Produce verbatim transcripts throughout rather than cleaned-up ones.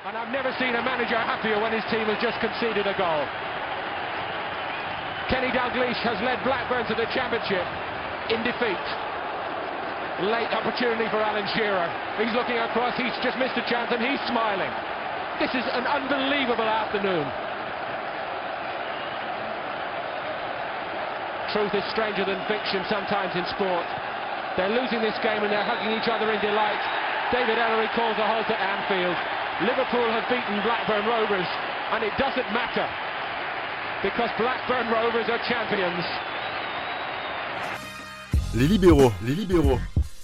And I've never seen a manager happier when his team has just conceded a goal. Kenny Dalglish has led Blackburn to the championship in defeat. Late opportunity for Alan Shearer. He's looking across, he's just missed a chance and he's smiling. This is an unbelievable afternoon. Truth is stranger than fiction sometimes in sport. They're losing this game and they're hugging each other in delight. David Ellery calls a halt at Anfield. Liverpool have beaten Blackburn Rovers and it doesn't matter because Blackburn Rovers are champions. Les libéraux, les libéraux.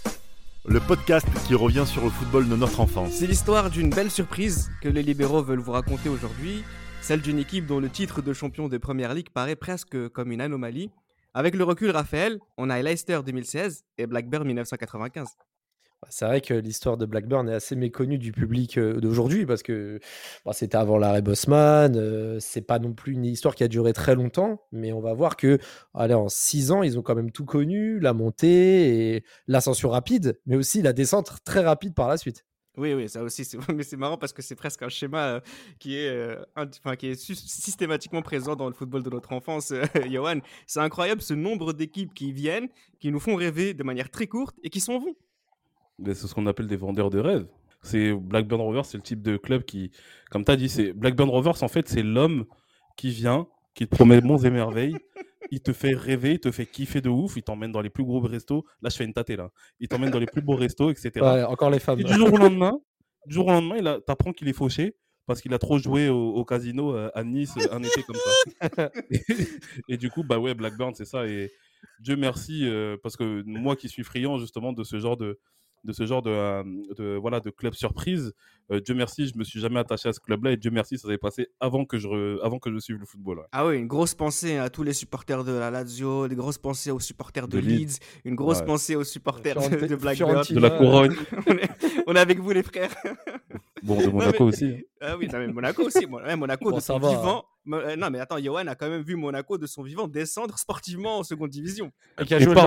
Le podcast qui revient sur le football de notre enfance. C'est l'histoire d'une belle surprise que les libéraux veulent vous raconter aujourd'hui. Celle d'une équipe dont le titre de champion de Premier League paraît presque comme une anomalie. Avec le recul, Raphaël, on a Leicester deux mille seize et Blackburn dix-neuf cent quatre-vingt-quinze. C'est vrai que l'histoire de Blackburn est assez méconnue du public d'aujourd'hui parce que bon, c'était avant l'arrêt Bosman, euh, c'est pas non plus une histoire qui a duré très longtemps, mais on va voir que allez, en six ans, ils ont quand même tout connu, la montée et l'ascension rapide, mais aussi la descente très rapide par la suite. Oui, oui, ça aussi, c'est... mais c'est marrant parce que c'est presque un schéma euh, qui est, euh, un... enfin, qui est su- systématiquement présent dans le football de notre enfance, euh, Johan. C'est incroyable ce nombre d'équipes qui viennent, qui nous font rêver de manière très courte et qui s'en vont. Mais c'est ce qu'on appelle des vendeurs de rêves. C'est Blackburn Rovers, c'est le type de club qui, comme tu as dit, c'est Blackburn Rovers, en fait, c'est l'homme qui vient, qui te promet monts et merveilles, il te fait rêver, il te fait kiffer de ouf, il t'emmène dans les plus gros restos. Là, je fais une tâtée, là. Il t'emmène dans les plus beaux restos, et cetera. Ouais, encore les femmes. Et du jour au lendemain, du jour au lendemain, il a, t'apprends qu'il est fauché parce qu'il a trop joué au, au casino euh, à Nice euh, un été comme ça. et, et du coup, bah ouais, Blackburn, c'est ça. Et Dieu merci, euh, parce que moi qui suis friand justement de ce genre de de ce genre de, euh, de, voilà, de club surprise. Euh, Dieu merci, je me suis jamais attaché à ce club-là et Dieu merci, ça s'est passé avant que je, re... avant que je suive le football. Ouais. Ah oui, une grosse pensée à tous les supporters de la Lazio, des grosses pensées aux supporters de, de Leeds, Leeds, une grosse ouais. pensée aux supporters de, de Blackburn. De la Couronne. on, est, on est avec vous les frères. Bon, de Monaco non, mais... aussi. Ah oui, non, mais Monaco aussi. Ouais, Monaco bon, de son vivant. Non, mais attends, Johan a quand même vu Monaco de son vivant descendre sportivement en seconde division. Et qui a joué,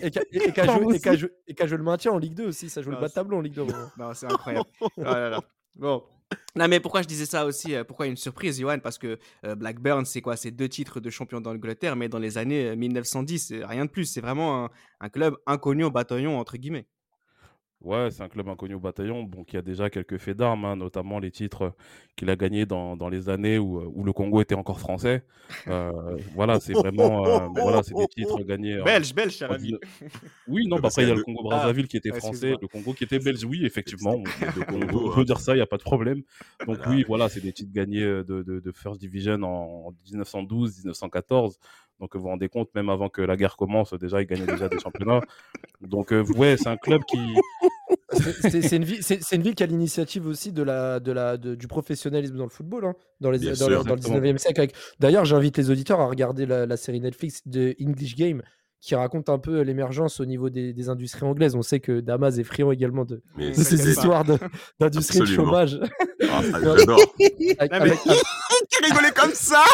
joué, joué le maintien en Ligue deux aussi. Ça joue non, le bas de tableau en Ligue deux. Non, c'est incroyable. Oh là là. Bon. Non, mais pourquoi je disais ça aussi euh, Pourquoi une surprise, Johan? Parce que euh, Blackburn, c'est quoi? C'est deux titres de champion d'Angleterre, mais dans les années euh, mille neuf cent dix, c'est rien de plus. C'est vraiment un, un club inconnu au bataillon, entre guillemets. Ouais, c'est un club inconnu au bataillon, bon, qui a déjà quelques faits d'armes, hein, notamment les titres qu'il a gagnés dans, dans les années où, où le Congo était encore français. Euh, voilà, c'est vraiment, euh, voilà, c'est des titres gagnés. Belge, en, belge, cher ami. Oui, non, bah après il y a le Congo Brazzaville ah, qui était français, le Congo qui était belge, oui, effectivement. Le Congo, on peut dire ça, il n'y a pas de problème. Donc voilà. Oui, voilà, c'est des titres gagnés de, de, de First Division en dix-neuf cent douze, dix-neuf cent quatorze. Donc vous vous rendez compte, même avant que la guerre commence, déjà ils gagnaient déjà des championnats. Donc euh, ouais, c'est un club qui... c'est, c'est, une ville, c'est, c'est une ville qui a l'initiative aussi de la, de la, de, du professionnalisme dans le football, hein, dans, les, dans, sûr, le, dans le dix-neuvième siècle. Avec... D'ailleurs, j'invite les auditeurs à regarder la, la série Netflix de English Game, qui raconte un peu l'émergence au niveau des, des industries anglaises. On sait que Damas est friand également de, de ces histoires de, d'industrie de chômage. Ah, j'adore. Avec, avec, avec... Qui rigolait comme ça.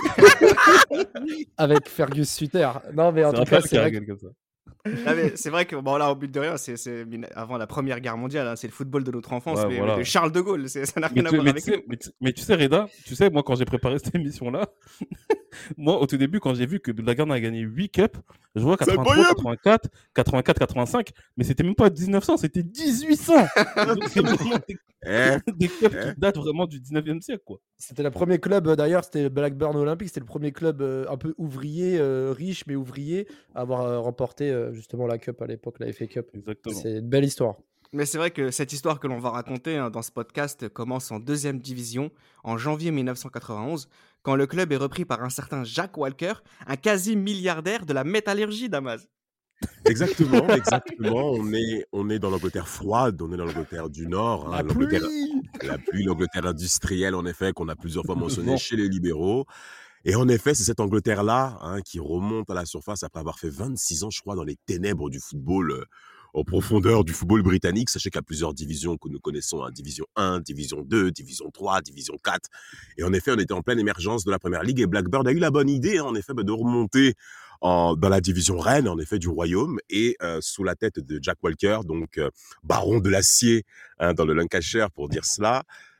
Avec Fergus Sutter. Non, mais en c'est tout cas, c'est vrai que... comme ça. Ah mais c'est vrai que bon là au but de rien c'est, c'est avant la première guerre mondiale hein, c'est le football de notre enfance ouais, mais, voilà. mais de Charles de Gaulle c'est, ça n'a rien mais à tu, voir mais avec tu sais, mais, tu, mais tu sais Reda tu sais moi quand j'ai préparé cette émission là moi au tout début quand j'ai vu que Blackburn a gagné huit cups je vois quatre-vingt-trois, quatre-vingt-quatre, quatre-vingt-quatre, quatre-vingt-cinq mais c'était même pas dix-neuf cents c'était dix-huit cents. Donc c'est vraiment des, eh, des cups eh. qui datent vraiment du dix-neuvième siècle quoi. C'était le premier club d'ailleurs c'était Blackburn Olympique c'était le premier club euh, un peu ouvrier euh, riche mais ouvrier à avoir euh, remporté euh, justement la cup à l'époque la F A Cup. Exactement. C'est une belle histoire. Mais c'est vrai que cette histoire que l'on va raconter hein, dans ce podcast commence en deuxième division en janvier dix-neuf cent quatre-vingt-onze quand le club est repris par un certain Jack Walker, un quasi-milliardaire de la métallurgie d'Amaz. Exactement, exactement. On est, on est dans l'Angleterre froide, on est dans l'Angleterre du Nord. Hein, la l'Angleterre, pluie La pluie, l'Angleterre industrielle, en effet, qu'on a plusieurs fois mentionné chez les libéraux. Et en effet, c'est cette Angleterre-là hein, qui remonte à la surface après avoir fait vingt-six ans, je crois, dans les ténèbres du football, euh, en profondeur du football britannique. Sachez qu'il y a plusieurs divisions que nous connaissons, hein, Division un, Division deux, Division trois, Division quatre. Et en effet, on était en pleine émergence de la Première Ligue et Blackburn a eu la bonne idée, hein, en effet, bah, de remonter en, dans la division reine, en effet, du royaume et euh, sous la tête de Jack Walker, donc euh, baron de l'acier hein, dans le Lancashire, pour dire cela.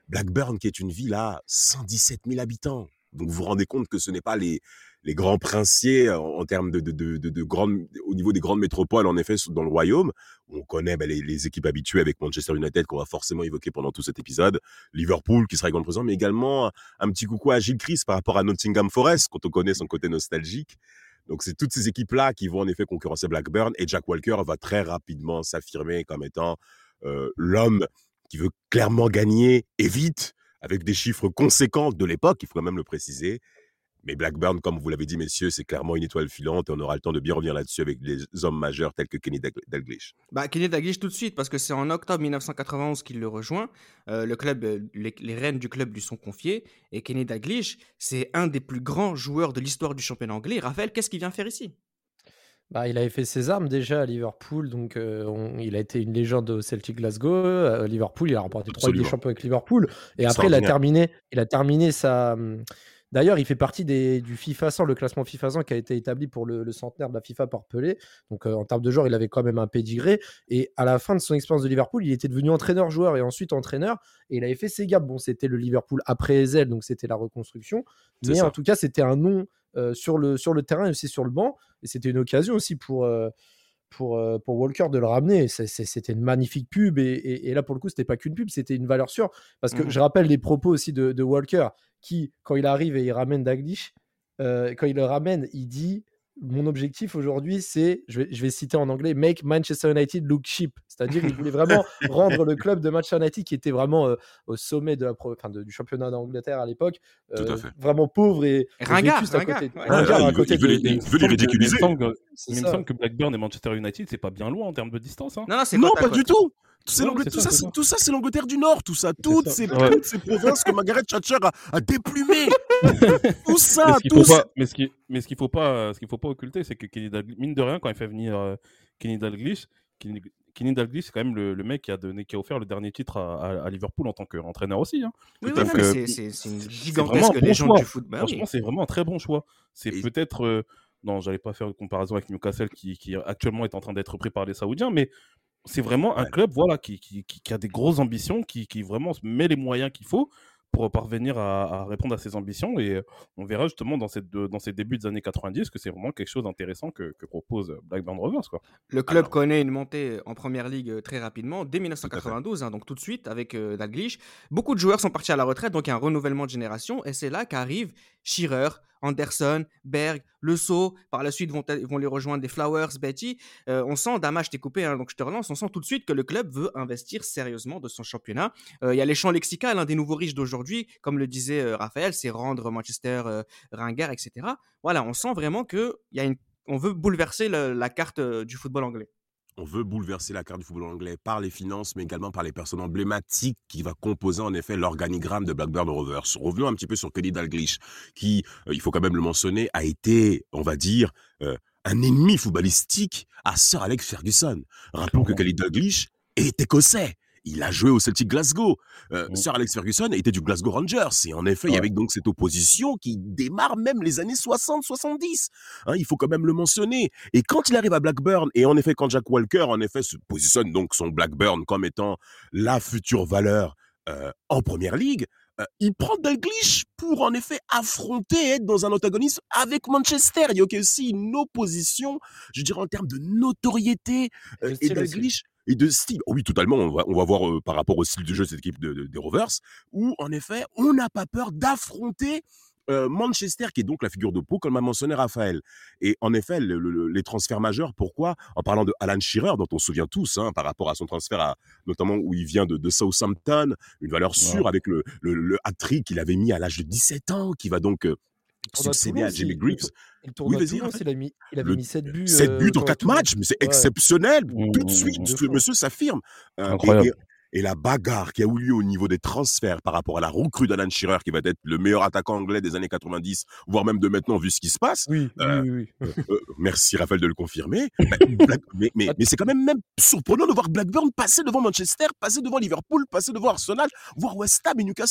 Blackburn, qui est une ville à cent dix-sept mille habitants. Donc, vous vous rendez compte que ce n'est pas les, les grands princiers en, en termes de, de, de, de, de grandes, au niveau des grandes métropoles, en effet, dans le royaume. On connaît ben, les, les équipes habituées avec Manchester United qu'on va forcément évoquer pendant tout cet épisode. Liverpool, qui sera également présent, mais également un, un petit coucou à Gilles Christ par rapport à Nottingham Forest, quand on connaît son côté nostalgique. Donc, c'est toutes ces équipes-là qui vont en effet concurrencer Blackburn. Et Jack Walker va très rapidement s'affirmer comme étant euh, l'homme qui veut clairement gagner et vite, avec des chiffres conséquents de l'époque, il faut quand même le préciser. Mais Blackburn, comme vous l'avez dit, messieurs, c'est clairement une étoile filante et on aura le temps de bien revenir là-dessus avec des hommes majeurs tels que Kenny Dalglish. Bah, Kenny Dalglish tout de suite, parce que c'est en octobre mille neuf cent quatre-vingt-onze qu'il le rejoint. Euh, le club, les, les rênes du club lui sont confiées. Et Kenny Dalglish, c'est un des plus grands joueurs de l'histoire du championnat anglais. Raphaël, qu'est-ce qu'il vient faire ici ? Bah, il avait fait ses armes déjà à Liverpool, donc euh, on, il a été une légende au Celtic Glasgow. À Liverpool, il a remporté trois Ligues des Champions avec Liverpool. Et après, il a terminé, il a terminé sa... D'ailleurs, il fait partie des, du FIFA cent, le classement FIFA cent qui a été établi pour le, le centenaire de la FIFA par Pelé. Donc, euh, en termes de joueur, il avait quand même un pédigré. Et à la fin de son expérience de Liverpool, il était devenu entraîneur-joueur et ensuite entraîneur. Et il avait fait ses gammes. Bon, c'était le Liverpool après Ezel, donc c'était la reconstruction. C'est Mais ça. En tout cas, c'était un nom euh, sur, le, sur le terrain et aussi sur le banc. Et c'était une occasion aussi pour... Euh, Pour, euh, pour Walker de le ramener. C'est, c'est, c'était une magnifique pub et, et, et là pour le coup c'était pas qu'une pub, c'était une valeur sûre parce que mmh. je rappelle les propos aussi de, de Walker qui quand il arrive et il ramène Dalglish, euh, quand il le ramène il dit mon objectif aujourd'hui c'est, je vais, je vais citer en anglais, make Manchester United look cheap, c'est-à-dire il voulait vraiment rendre le club de Manchester United qui était vraiment euh, au sommet de la pro... enfin, de, du championnat d'Angleterre à l'époque, euh, vraiment pauvre et ringard, à côté, ouais. ringard à côté. Il veut les, il veut les ridiculiser. Il me semble que Blackburn et Manchester United c'est pas bien loin en termes de distance. Hein. Non, non, c'est non pas, pas du tout. C'est ouais, c'est tout, ça, ça, c'est, tout ça, c'est l'Angleterre du Nord, tout ça, toutes, ça. Ces, ouais. toutes ces provinces que Margaret Thatcher a, a déplumées. Tout ça, mais tout ça. Mais ce qu'il mais ce qu'il faut pas, ce qu'il faut pas occulter, c'est que Kenny Dalglish, mine de rien, quand il fait venir euh, Kenny Dalglish, Kenny, Kenny Dalglish, c'est quand même le, le mec qui a donné, qui a offert le dernier titre à, à, à Liverpool en tant qu'entraîneur aussi. Hein. Oui, oui, que, c'est, c'est, c'est une gigantesque c'est légende bon du foot. Bah, Franchement, oui. c'est vraiment un très bon choix. C'est Et... peut-être, euh, non, j'allais pas faire une comparaison avec Newcastle qui, qui actuellement est en train d'être pris par les Saoudiens, mais c'est vraiment un ouais. club voilà, qui, qui, qui, qui a des grosses ambitions, qui, qui vraiment met les moyens qu'il faut pour parvenir à, à répondre à ses ambitions. Et on verra justement dans, cette, dans ces débuts des années quatre-vingt-dix que c'est vraiment quelque chose d'intéressant que, que propose Blackburn Rovers. Quoi. Le club Alors... connaît une montée en première ligue très rapidement, dès dix-neuf cent quatre-vingt-douze, hein, donc tout de suite avec euh, Dalglish. Beaucoup de joueurs sont partis à la retraite, donc il y a un renouvellement de génération. Et c'est là qu'arrive Shearer, Anderson, Berg, Le Sceau. Par la suite, vont, vont les rejoindre des Flowers, Betty. Euh, on sent, Dama, je t'ai coupé, hein, donc je te relance. On sent tout de suite que le club veut investir sérieusement de son championnat. Il euh, y a les champs lexicaux, l'un des nouveaux riches d'aujourd'hui. Comme le disait euh, Raphaël, c'est rendre Manchester euh, ringard, et cetera. Voilà, on sent vraiment que y a une... on veut bouleverser le, la carte euh, du football anglais. On veut bouleverser la carte du football anglais par les finances, mais également par les personnes emblématiques qui va composer en effet l'organigramme de Blackburn Rovers. Revenons un petit peu sur Kenny Dalglish, qui, euh, il faut quand même le mentionner, a été, on va dire, euh, un ennemi footballistique à Sir Alex Ferguson. Rappelons que Kenny Dalglish est écossais. Il a joué au Celtic Glasgow. Euh, mmh. Sir Alex Ferguson était du Glasgow Rangers. Et en effet, ouais. il y avait donc cette opposition qui démarre même les années soixante soixante-dix. Hein, il faut quand même le mentionner. Et quand il arrive à Blackburn, et en effet, quand Jack Walker, en effet, se positionne donc son Blackburn comme étant la future valeur euh, en Première Ligue, euh, il prend Dalglish pour, en effet, affronter, être dans un antagonisme avec Manchester. Il y a aussi une opposition, je dirais, en termes de notoriété. Euh, et Dalglish... Et de style, oh oui, totalement, on va, on va voir euh, par rapport au style de jeu de cette équipe de, de, des Rovers, où en effet, on n'a pas peur d'affronter euh, Manchester, qui est donc la figure de proue, comme a mentionné Raphaël. Et en effet, le, le, les transferts majeurs, pourquoi ? En parlant de Alan Shearer, dont on se souvient tous, hein, par rapport à son transfert, à, notamment où il vient de, de Southampton, une valeur sûre, ouais. avec le, le, le hat-trick qu'il avait mis à l'âge de dix-sept ans, qui va donc... Euh, succéder à Jimmy Greaves. Il, il, oui, vas-y, en fait. il, a mis, il avait le, mis sept buts. sept buts euh, en quatre matchs, mais c'est ouais. exceptionnel. Mmh, tout de suite, mmh, ce monsieur s'affirme. Euh, et, et, et la bagarre qui a eu lieu au niveau des transferts par rapport à la recrue d'Alan Shearer, qui va être le meilleur attaquant anglais des années quatre-vingt-dix, voire même de maintenant, vu ce qui se passe. Oui, euh, oui, oui. oui. Euh, merci Raphaël de le confirmer. Black, mais, mais, mais c'est quand même, même surprenant de voir Blackburn passer devant Manchester, passer devant Liverpool, passer devant Arsenal, voire West Ham et Newcastle.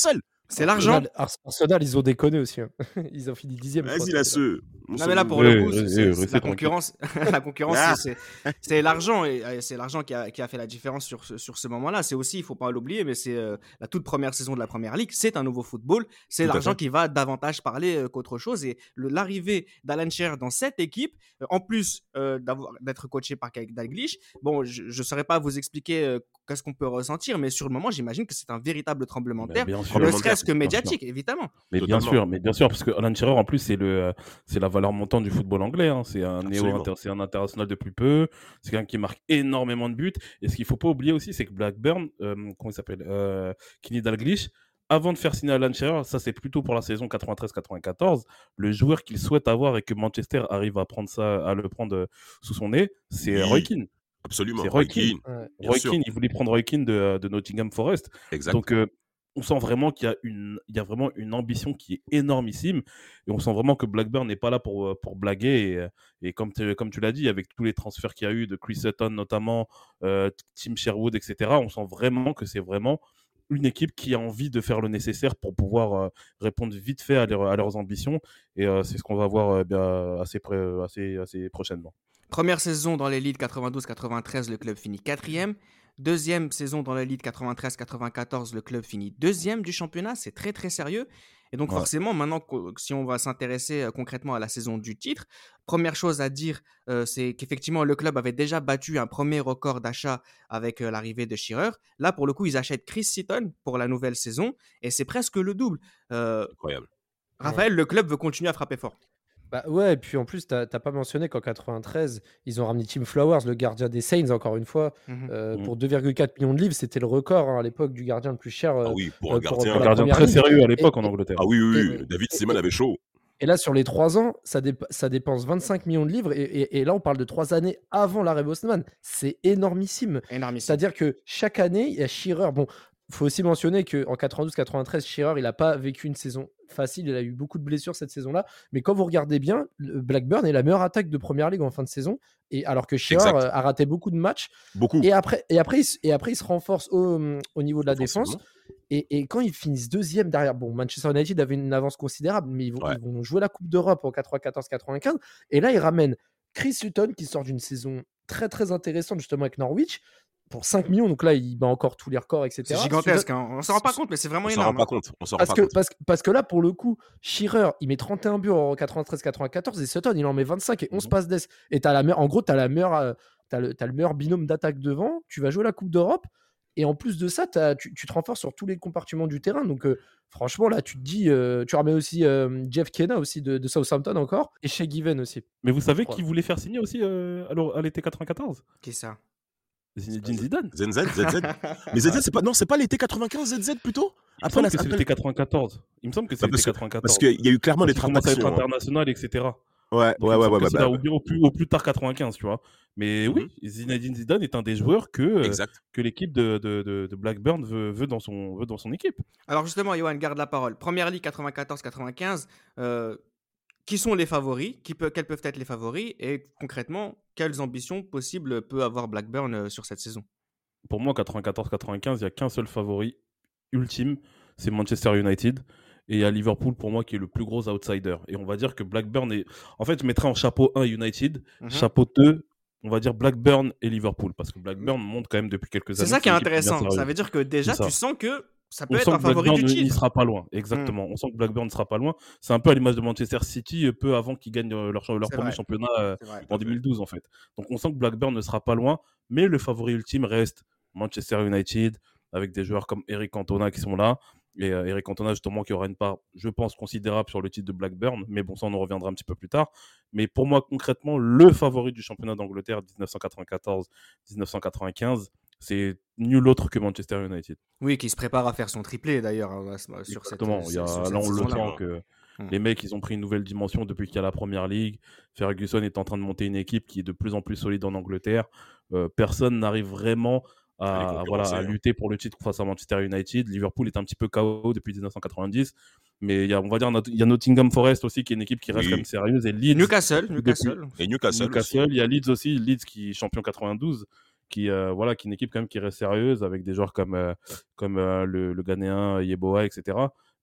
C'est l'argent. Arsenal, ils ont déconné aussi. Hein. Ils ont fini dixième. Vas-y, la ce. Non, mais là, pour le coup, la concurrence, la concurrence, c'est, c'est l'argent et c'est l'argent qui a, qui a fait la différence sur ce, sur ce moment-là. C'est aussi, il faut pas l'oublier, mais c'est euh, la toute première saison de la Première Ligue. C'est un nouveau football. C'est tout l'argent qui va davantage parler euh, qu'autre chose. Et le, l'arrivée d'Alan Shearer dans cette équipe, euh, en plus euh, d'avoir, d'être coaché par Dalglish, bon, je ne saurais pas vous expliquer euh, qu'est-ce qu'on peut ressentir, mais sur le moment, j'imagine que c'est un véritable tremblement de terre, ne serait-ce que médiatique, évidemment. Mais bien sûr, mais bien sûr, parce que Alan Shearer, en plus, c'est le, c'est la valeur montante du football anglais. Hein. C'est un néo, inter, c'est un international depuis peu. C'est quelqu'un qui marque énormément de buts. Et ce qu'il faut pas oublier aussi, c'est que Blackburn, euh, comment il s'appelle, euh, Kenny Dalglish, avant de faire signer Alan Shearer, ça c'est plutôt pour la saison quatre-vingt-treize quatre-vingt-quatorze, le joueur qu'il souhaite avoir et que Manchester arrive à prendre ça, à le prendre sous son nez, c'est oui. Roy Keane. Absolument. C'est Roy Keane. Ouais, Roy Keane, il voulait prendre Roy Keane de, de Nottingham Forest. Exact. Donc euh, on sent vraiment qu'il y a, une, il y a vraiment une ambition qui est énormissime. Et on sent vraiment que Blackburn n'est pas là pour, pour blaguer. Et, et comme, comme tu l'as dit, avec tous les transferts qu'il y a eu, de Chris Sutton notamment, euh, Tim Sherwood, et cetera, on sent vraiment que c'est vraiment une équipe qui a envie de faire le nécessaire pour pouvoir euh, répondre vite fait à, leur, à leurs ambitions. Et euh, c'est ce qu'on va voir euh, bien, assez, assez, assez prochainement. Première saison dans l'élite quatre-vingt-douze quatre-vingt-treize, le club finit quatrième. Deuxième saison dans l'élite quatre-vingt-treize quatre-vingt-quatorze, le club finit deuxième du championnat. C'est très très sérieux. Et donc ouais. forcément, maintenant, si on va s'intéresser euh, concrètement à la saison du titre, première chose à dire, euh, c'est qu'effectivement, le club avait déjà battu un premier record d'achat avec euh, l'arrivée de Shearer. Là, pour le coup, ils achètent Chris Sutton pour la nouvelle saison et c'est presque le double. Euh, Incroyable. Raphaël, ouais. Le club veut continuer à frapper fort. Bah ouais, et puis en plus, t'as, t'as pas mentionné qu'en quatre-vingt-treize, ils ont ramené Tim Flowers, le gardien des Saints, encore une fois, mm-hmm. Euh, mm-hmm. pour deux virgule quatre millions de livres. C'était le record hein, à l'époque du gardien le plus cher. Euh, ah oui, pour un gardien, pour, pour un gardien très ligue. Sérieux à l'époque et, en Angleterre. Ah oui, oui, oui. Et, David Seaman avait chaud. Et là, sur les trois ans, ça, dép- ça dépense vingt-cinq millions de livres. Et, et, et là, on parle de trois années avant l'arrêt Bosman. C'est énormissime. énormissime. C'est-à-dire que chaque année, il y a Shearer. Bon, il faut aussi mentionner qu'en quatre-vingt-douze quatre-vingt-treize, Shearer, il n'a pas vécu une saison facile. Il a eu beaucoup de blessures cette saison-là. Mais quand vous regardez bien, Blackburn est la meilleure attaque de Première Ligue en fin de saison. Et alors que Shearer exact. a raté beaucoup de matchs. Beaucoup. Et après, et après, il, et après il se renforce au, au niveau de la défense. Et, et quand ils finissent deuxième derrière, bon, Manchester United avait une avance considérable, mais ils vont, ouais. ils vont jouer la Coupe d'Europe en quatre-vingt-quatorze quatre-vingt-quinze. Et là, ils ramènent Chris Sutton qui sort d'une saison très très intéressante justement avec Norwich pour cinq millions. Donc là, il bat encore tous les records, et cetera. C'est gigantesque. Hein. On s'en rend pas compte, mais c'est vraiment on énorme. S'en rend pas compte. On s'en parce, rend que, pas compte. Parce, parce que là, pour le coup, Shearer, il met trente et un buts en quatre-vingt-treize quatre-vingt-quatorze et Sutton, il en met vingt-cinq et onze mmh. passes d'ess. Et t'as la me- en gros, tu as euh, le, le meilleur binôme d'attaque devant. Tu vas jouer la Coupe d'Europe. Et en plus de ça, tu, tu te renforces sur tous les compartiments du terrain. Donc, euh, franchement, là, tu te dis, euh, tu ramènes aussi euh, Jeff Kenna aussi de, de Southampton encore et Shea Given aussi. Mais vous savez qui voulait faire signer aussi euh, alors, à l'été quatre-vingt-quatorze ? Qui ça ? Zinedine Zidane. Z Z, Z Z. Mais Z Z, c'est pas, non, c'est pas l'été quatre-vingt-quinze Z Z plutôt ? Il me semble la, que c'est l'été quatre-vingt-quatorze. Il me semble que c'est l'été quatre-vingt-quatorze. Parce qu'il y a eu clairement des transactions internationales, et cetera. Ouais, ouais, ouais, ouais, ouais, ouais. Au, au, plus, au plus tard quatre-vingt-quinze, tu vois. Mais mm-hmm. oui, Zinedine Zidane est un des joueurs que, euh, que l'équipe de, de, de, de Blackburn veut, veut, dans son, veut dans son équipe. Alors justement, Johan, garde la parole. Première Ligue quatre-vingt-quatorze quatre-vingt-quinze, euh, qui sont les favoris ? qui peut, Quels peuvent être les favoris ? Et concrètement, quelles ambitions possibles peut avoir Blackburn euh, sur cette saison ? Pour moi, quatre-vingt-quatorze quatre-vingt-quinze, il n'y a qu'un seul favori ultime, c'est Manchester United. Et il y a Liverpool, pour moi, qui est le plus gros outsider. Et on va dire que Blackburn est... En fait, je mettrais en chapeau un United, mm-hmm. chapeau deux, on va dire Blackburn et Liverpool. Parce que Blackburn monte quand même depuis quelques c'est années. C'est ça qui est intéressant. Ça veut dire que déjà, tu sens que ça peut on être sent un que favori Blackburn du titre. Il ne sera pas loin, exactement. Mm. On sent que Blackburn ne sera pas loin. C'est un peu à l'image de Manchester City, peu avant qu'ils gagnent leur, leur premier vrai. championnat euh, vrai, en deux mille douze, en fait. Donc, on sent que Blackburn ne sera pas loin. Mais le favori ultime reste Manchester United, avec des joueurs comme Eric Cantona qui sont là. Et euh, Eric Cantona, justement, qui aura une part, je pense, considérable sur le titre de Blackburn. Mais bon, ça, on en reviendra un petit peu plus tard. Mais pour moi, concrètement, le favori du championnat d'Angleterre dix-neuf cent quatre-vingt-quatorze dix-neuf cent quatre-vingt-quinze, c'est nul autre que Manchester United. Oui, qui se prépare à faire son triplé, d'ailleurs, sur Exactement. cette, Il y a, sur là, cette on le saison-là. sent que hum. les mecs, ils ont pris une nouvelle dimension depuis qu'il y a la Première Ligue. Ferguson est en train de monter une équipe qui est de plus en plus solide en Angleterre. Euh, personne n'arrive vraiment à, voilà, à lutter pour le titre face à Manchester United. Liverpool est un petit peu K O depuis dix-neuf cent quatre-vingt-dix, mais il y a, on va dire, il y a Nottingham Forest aussi qui est une équipe qui reste oui. quand même sérieuse, et Leeds, Newcastle, Newcastle. Depuis, et Newcastle, Newcastle il y a Leeds aussi, Leeds qui est champion quatre-vingt-douze, qui euh, voilà, qui est une équipe quand même qui reste sérieuse avec des joueurs comme euh, comme euh, le, le Ghanéen Yeboah, et cetera.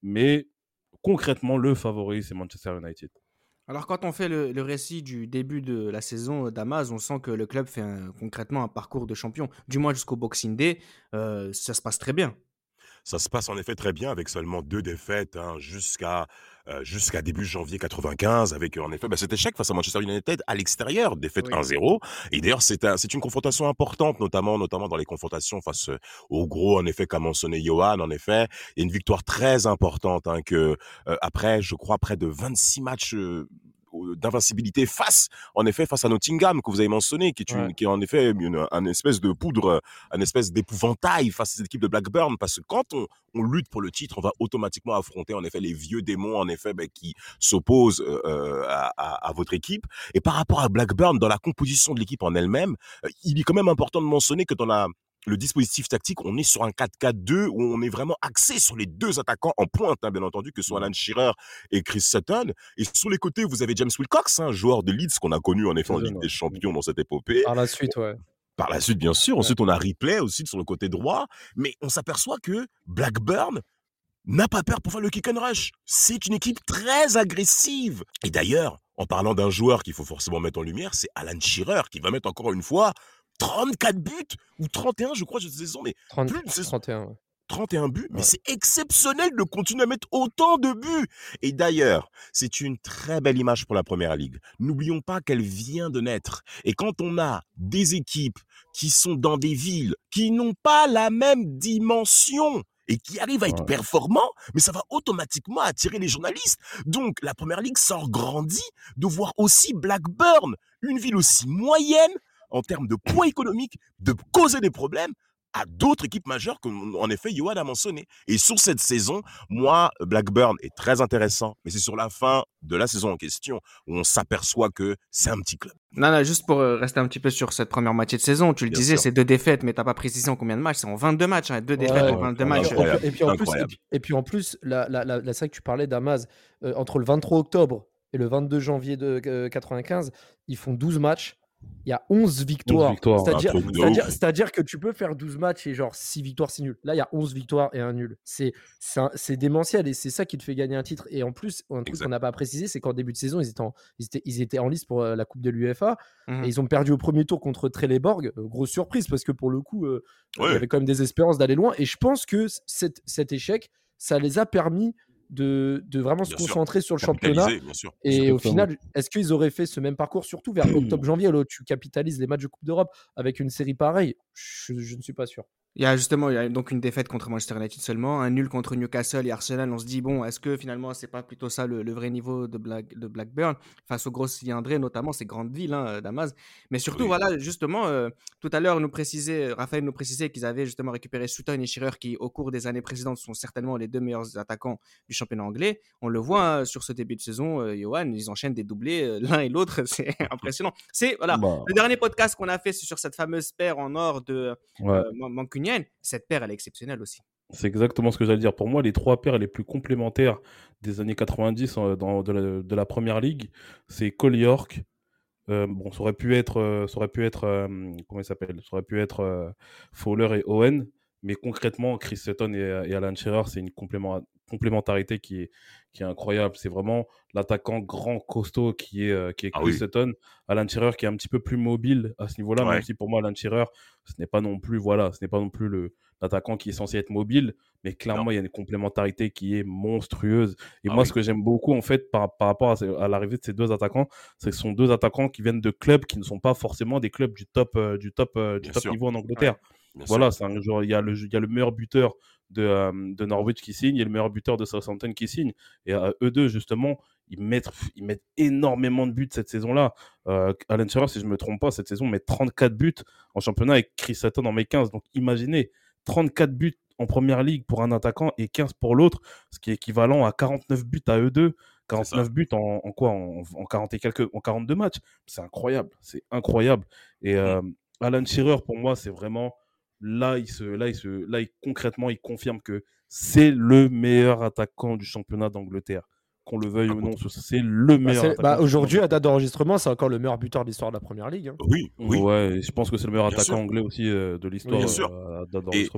mais concrètement, le favori, c'est Manchester United. Alors, quand on fait le, le récit du début de la saison d'Amaz, on sent que le club fait un- concrètement un parcours de champion, du moins jusqu'au Boxing Day. Euh, ça se passe très bien. Ça se passe en effet très bien avec seulement deux défaites hein, jusqu'à euh, jusqu'à début janvier quatre-vingt-quinze avec euh, en effet bah, cet échec face à Manchester United à l'extérieur, défaite Oui. un zéro. Et d'ailleurs c'est un- c'est une confrontation importante notamment notamment dans les confrontations face euh, au gros en effet qu'a mentionné Johan en effet. Il y a une victoire très importante hein, que euh, après je crois près de vingt-six matchs euh, d'invincibilité face, en effet, face à Nottingham que vous avez mentionné, qui est une, Ouais. qui est en effet une, un espèce de poudre, un espèce d'épouvantail face à cette équipe de Blackburn, parce que quand on, on lutte pour le titre, on va automatiquement affronter en effet les vieux démons en effet ben, qui s'opposent euh, à, à, à votre équipe. Et par rapport à Blackburn, dans la composition de l'équipe en elle-même, euh, il est quand même important de mentionner que dans la le dispositif tactique, on est sur un quatre quatre deux où on est vraiment axé sur les deux attaquants en pointe, hein, bien entendu, que ce soit Alan Shearer et Chris Sutton. Et sur les côtés, vous avez James Wilcox, un hein, joueur de Leeds qu'on a connu en effet en Ligue des Champions dans cette épopée. Par la suite, ouais. Par la suite, bien sûr. Ensuite, on a Ripley aussi sur le côté droit. Mais on s'aperçoit que Blackburn n'a pas peur pour faire le kick and rush. C'est une équipe très agressive. Et d'ailleurs, en parlant d'un joueur qu'il faut forcément mettre en lumière, c'est Alan Shearer qui va mettre encore une fois trente-quatre buts ou trente et un, je crois, cette saison, mais trente, plus de saison. trente et un, ouais. trente et un buts, mais Ouais. c'est exceptionnel de continuer à mettre autant de buts. Et d'ailleurs, c'est une très belle image pour la Première Ligue. N'oublions pas qu'elle vient de naître. Et quand on a des équipes qui sont dans des villes qui n'ont pas la même dimension et qui arrivent à être Ouais. performants, mais ça va automatiquement attirer les journalistes. Donc, la Première Ligue sort grandie de voir aussi Blackburn, une ville aussi moyenne, en termes de poids économique, de causer des problèmes à d'autres équipes majeures qu'en effet Johan a mentionné. Et sur cette saison, moi, Blackburn est très intéressant, mais c'est sur la fin de la saison en question où on s'aperçoit que c'est un petit club. Non, non, juste pour euh, rester un petit peu sur cette première moitié de saison, tu le Bien disais, sûr. c'est deux défaites, mais t'as pas précisé en combien de matchs, c'est en vingt-deux matchs, hein, deux Ouais, défaites en ouais, vingt-deux ouais, matchs. Et puis- Incroyable. et puis en plus, et Incroyable. puis, et puis en plus, la, la, la, la, c'est vrai que tu parlais d'Amaz, euh, entre le vingt-trois octobre et le vingt-deux janvier de euh, quatre-vingt-quinze, ils font douze matchs. Il y a onze victoires. victoires. C'est-à-dire, Un truc de c'est-à-dire, ouf. c'est-à-dire que tu peux faire douze matchs et genre six victoires, six nuls. Là, il y a onze victoires et un nul. C'est, c'est, un- c'est démentiel et c'est ça qui te fait gagner un titre. Et en plus, un truc Exact. qu'on n'a pas précisé, c'est qu'en début de saison, ils étaient en, ils étaient, ils étaient en lice pour euh, la Coupe de l'U E F A Mhm. et ils ont perdu au premier tour contre Trelleborg. Euh, grosse surprise parce que pour le coup, euh, il Ouais. y avait quand même des espérances d'aller loin. Et je pense que c- cet, cet échec, ça les a permis de, de vraiment se Bien sûr. concentrer sur le championnat. Capitalisé, bien sûr. Et au Exactement. final, est-ce qu'ils auraient fait ce même parcours, surtout vers octobre-janvier, là où tu capitalises les matchs de Coupe d'Europe avec une série pareille? je, je ne suis pas sûr. Il y a justement il y a donc une défaite contre Manchester United seulement, un nul contre Newcastle et Arsenal. On se dit, bon, est-ce que finalement, c'est pas plutôt ça le, le vrai niveau de, Black, de Blackburn face aux grosses cylindrées, notamment ces grandes villes, hein, Damas. Mais surtout, Oui. voilà, justement, euh, tout à l'heure, nous précisait, Raphaël nous précisait qu'ils avaient justement récupéré Sutton et Shearer qui, au cours des années précédentes, sont certainement les deux meilleurs attaquants du championnat anglais. On le voit hein, sur ce début de saison, euh, Johan, ils enchaînent des doublés euh, l'un et l'autre, c'est impressionnant. C'est, voilà, Bah, le dernier podcast qu'on a fait, c'est sur cette fameuse paire en or de ouais. euh, Man- mancunienne. Cette paire, elle est exceptionnelle aussi. C'est exactement ce que j'allais dire. Pour moi, les trois paires les plus complémentaires des années quatre-vingt-dix euh, dans, de, la, de la Première Ligue, c'est Cole York. Euh, bon, ça aurait pu être, euh, ça aurait pu être euh, comment il s'appelle Ça aurait pu être euh, Fowler et Owen. Mais concrètement, Chris Sutton et, et Alan Shearer, c'est une complément- complémentarité qui est, qui est incroyable. C'est vraiment l'attaquant grand, costaud qui est, euh, qui est Ah Chris oui. Sutton. Alan Shearer qui est un petit peu plus mobile à ce niveau-là, Ouais. même si pour moi, Alan Shearer, ce n'est pas non plus, voilà, ce n'est pas non plus le, l'attaquant qui est censé être mobile, mais clairement, Non. il y a une complémentarité qui est monstrueuse. Et Ah moi, oui. ce que j'aime beaucoup, en fait, par, par rapport à, ces- à l'arrivée de ces deux attaquants, c'est que ce sont deux attaquants qui viennent de clubs qui ne sont pas forcément des clubs du top, euh, du top, euh, du Bien top sûr. niveau en Angleterre. Bien Voilà, sûr. c'est un genre, il y a le, il y a le meilleur buteur de, euh, de Norwich qui signe et le meilleur buteur de Southampton qui signe. Et euh, eux deux, justement, ils mettent, ils mettent énormément de buts cette saison-là. Euh, Alan Shearer, si je ne me trompe pas, cette saison met trente-quatre buts en championnat et Chris Sutton en met quinze. Donc imaginez, trente-quatre buts en première ligue pour un attaquant et quinze pour l'autre, ce qui est équivalent à quarante-neuf buts à eux deux. quarante-neuf buts en, en quoi en, en quarante et quelques, en quarante-deux matchs. C'est incroyable, c'est incroyable. Et euh, Alan Shearer, pour moi, c'est vraiment là, il se, là, il se, là, il, concrètement, il confirme que c'est le meilleur attaquant du championnat d'Angleterre. Qu'on le veuille ou non, c'est le Bah, meilleur c'est- attaquant. bah, du aujourd'hui, à championnat date d'enregistrement, c'est encore le meilleur buteur de l'histoire de la Première Ligue. hein. Oui, oui. Ouais, et je pense que c'est le meilleur Bien attaquant sûr. anglais aussi euh, de l'histoire Bien sûr. euh, à date d'enregistrement.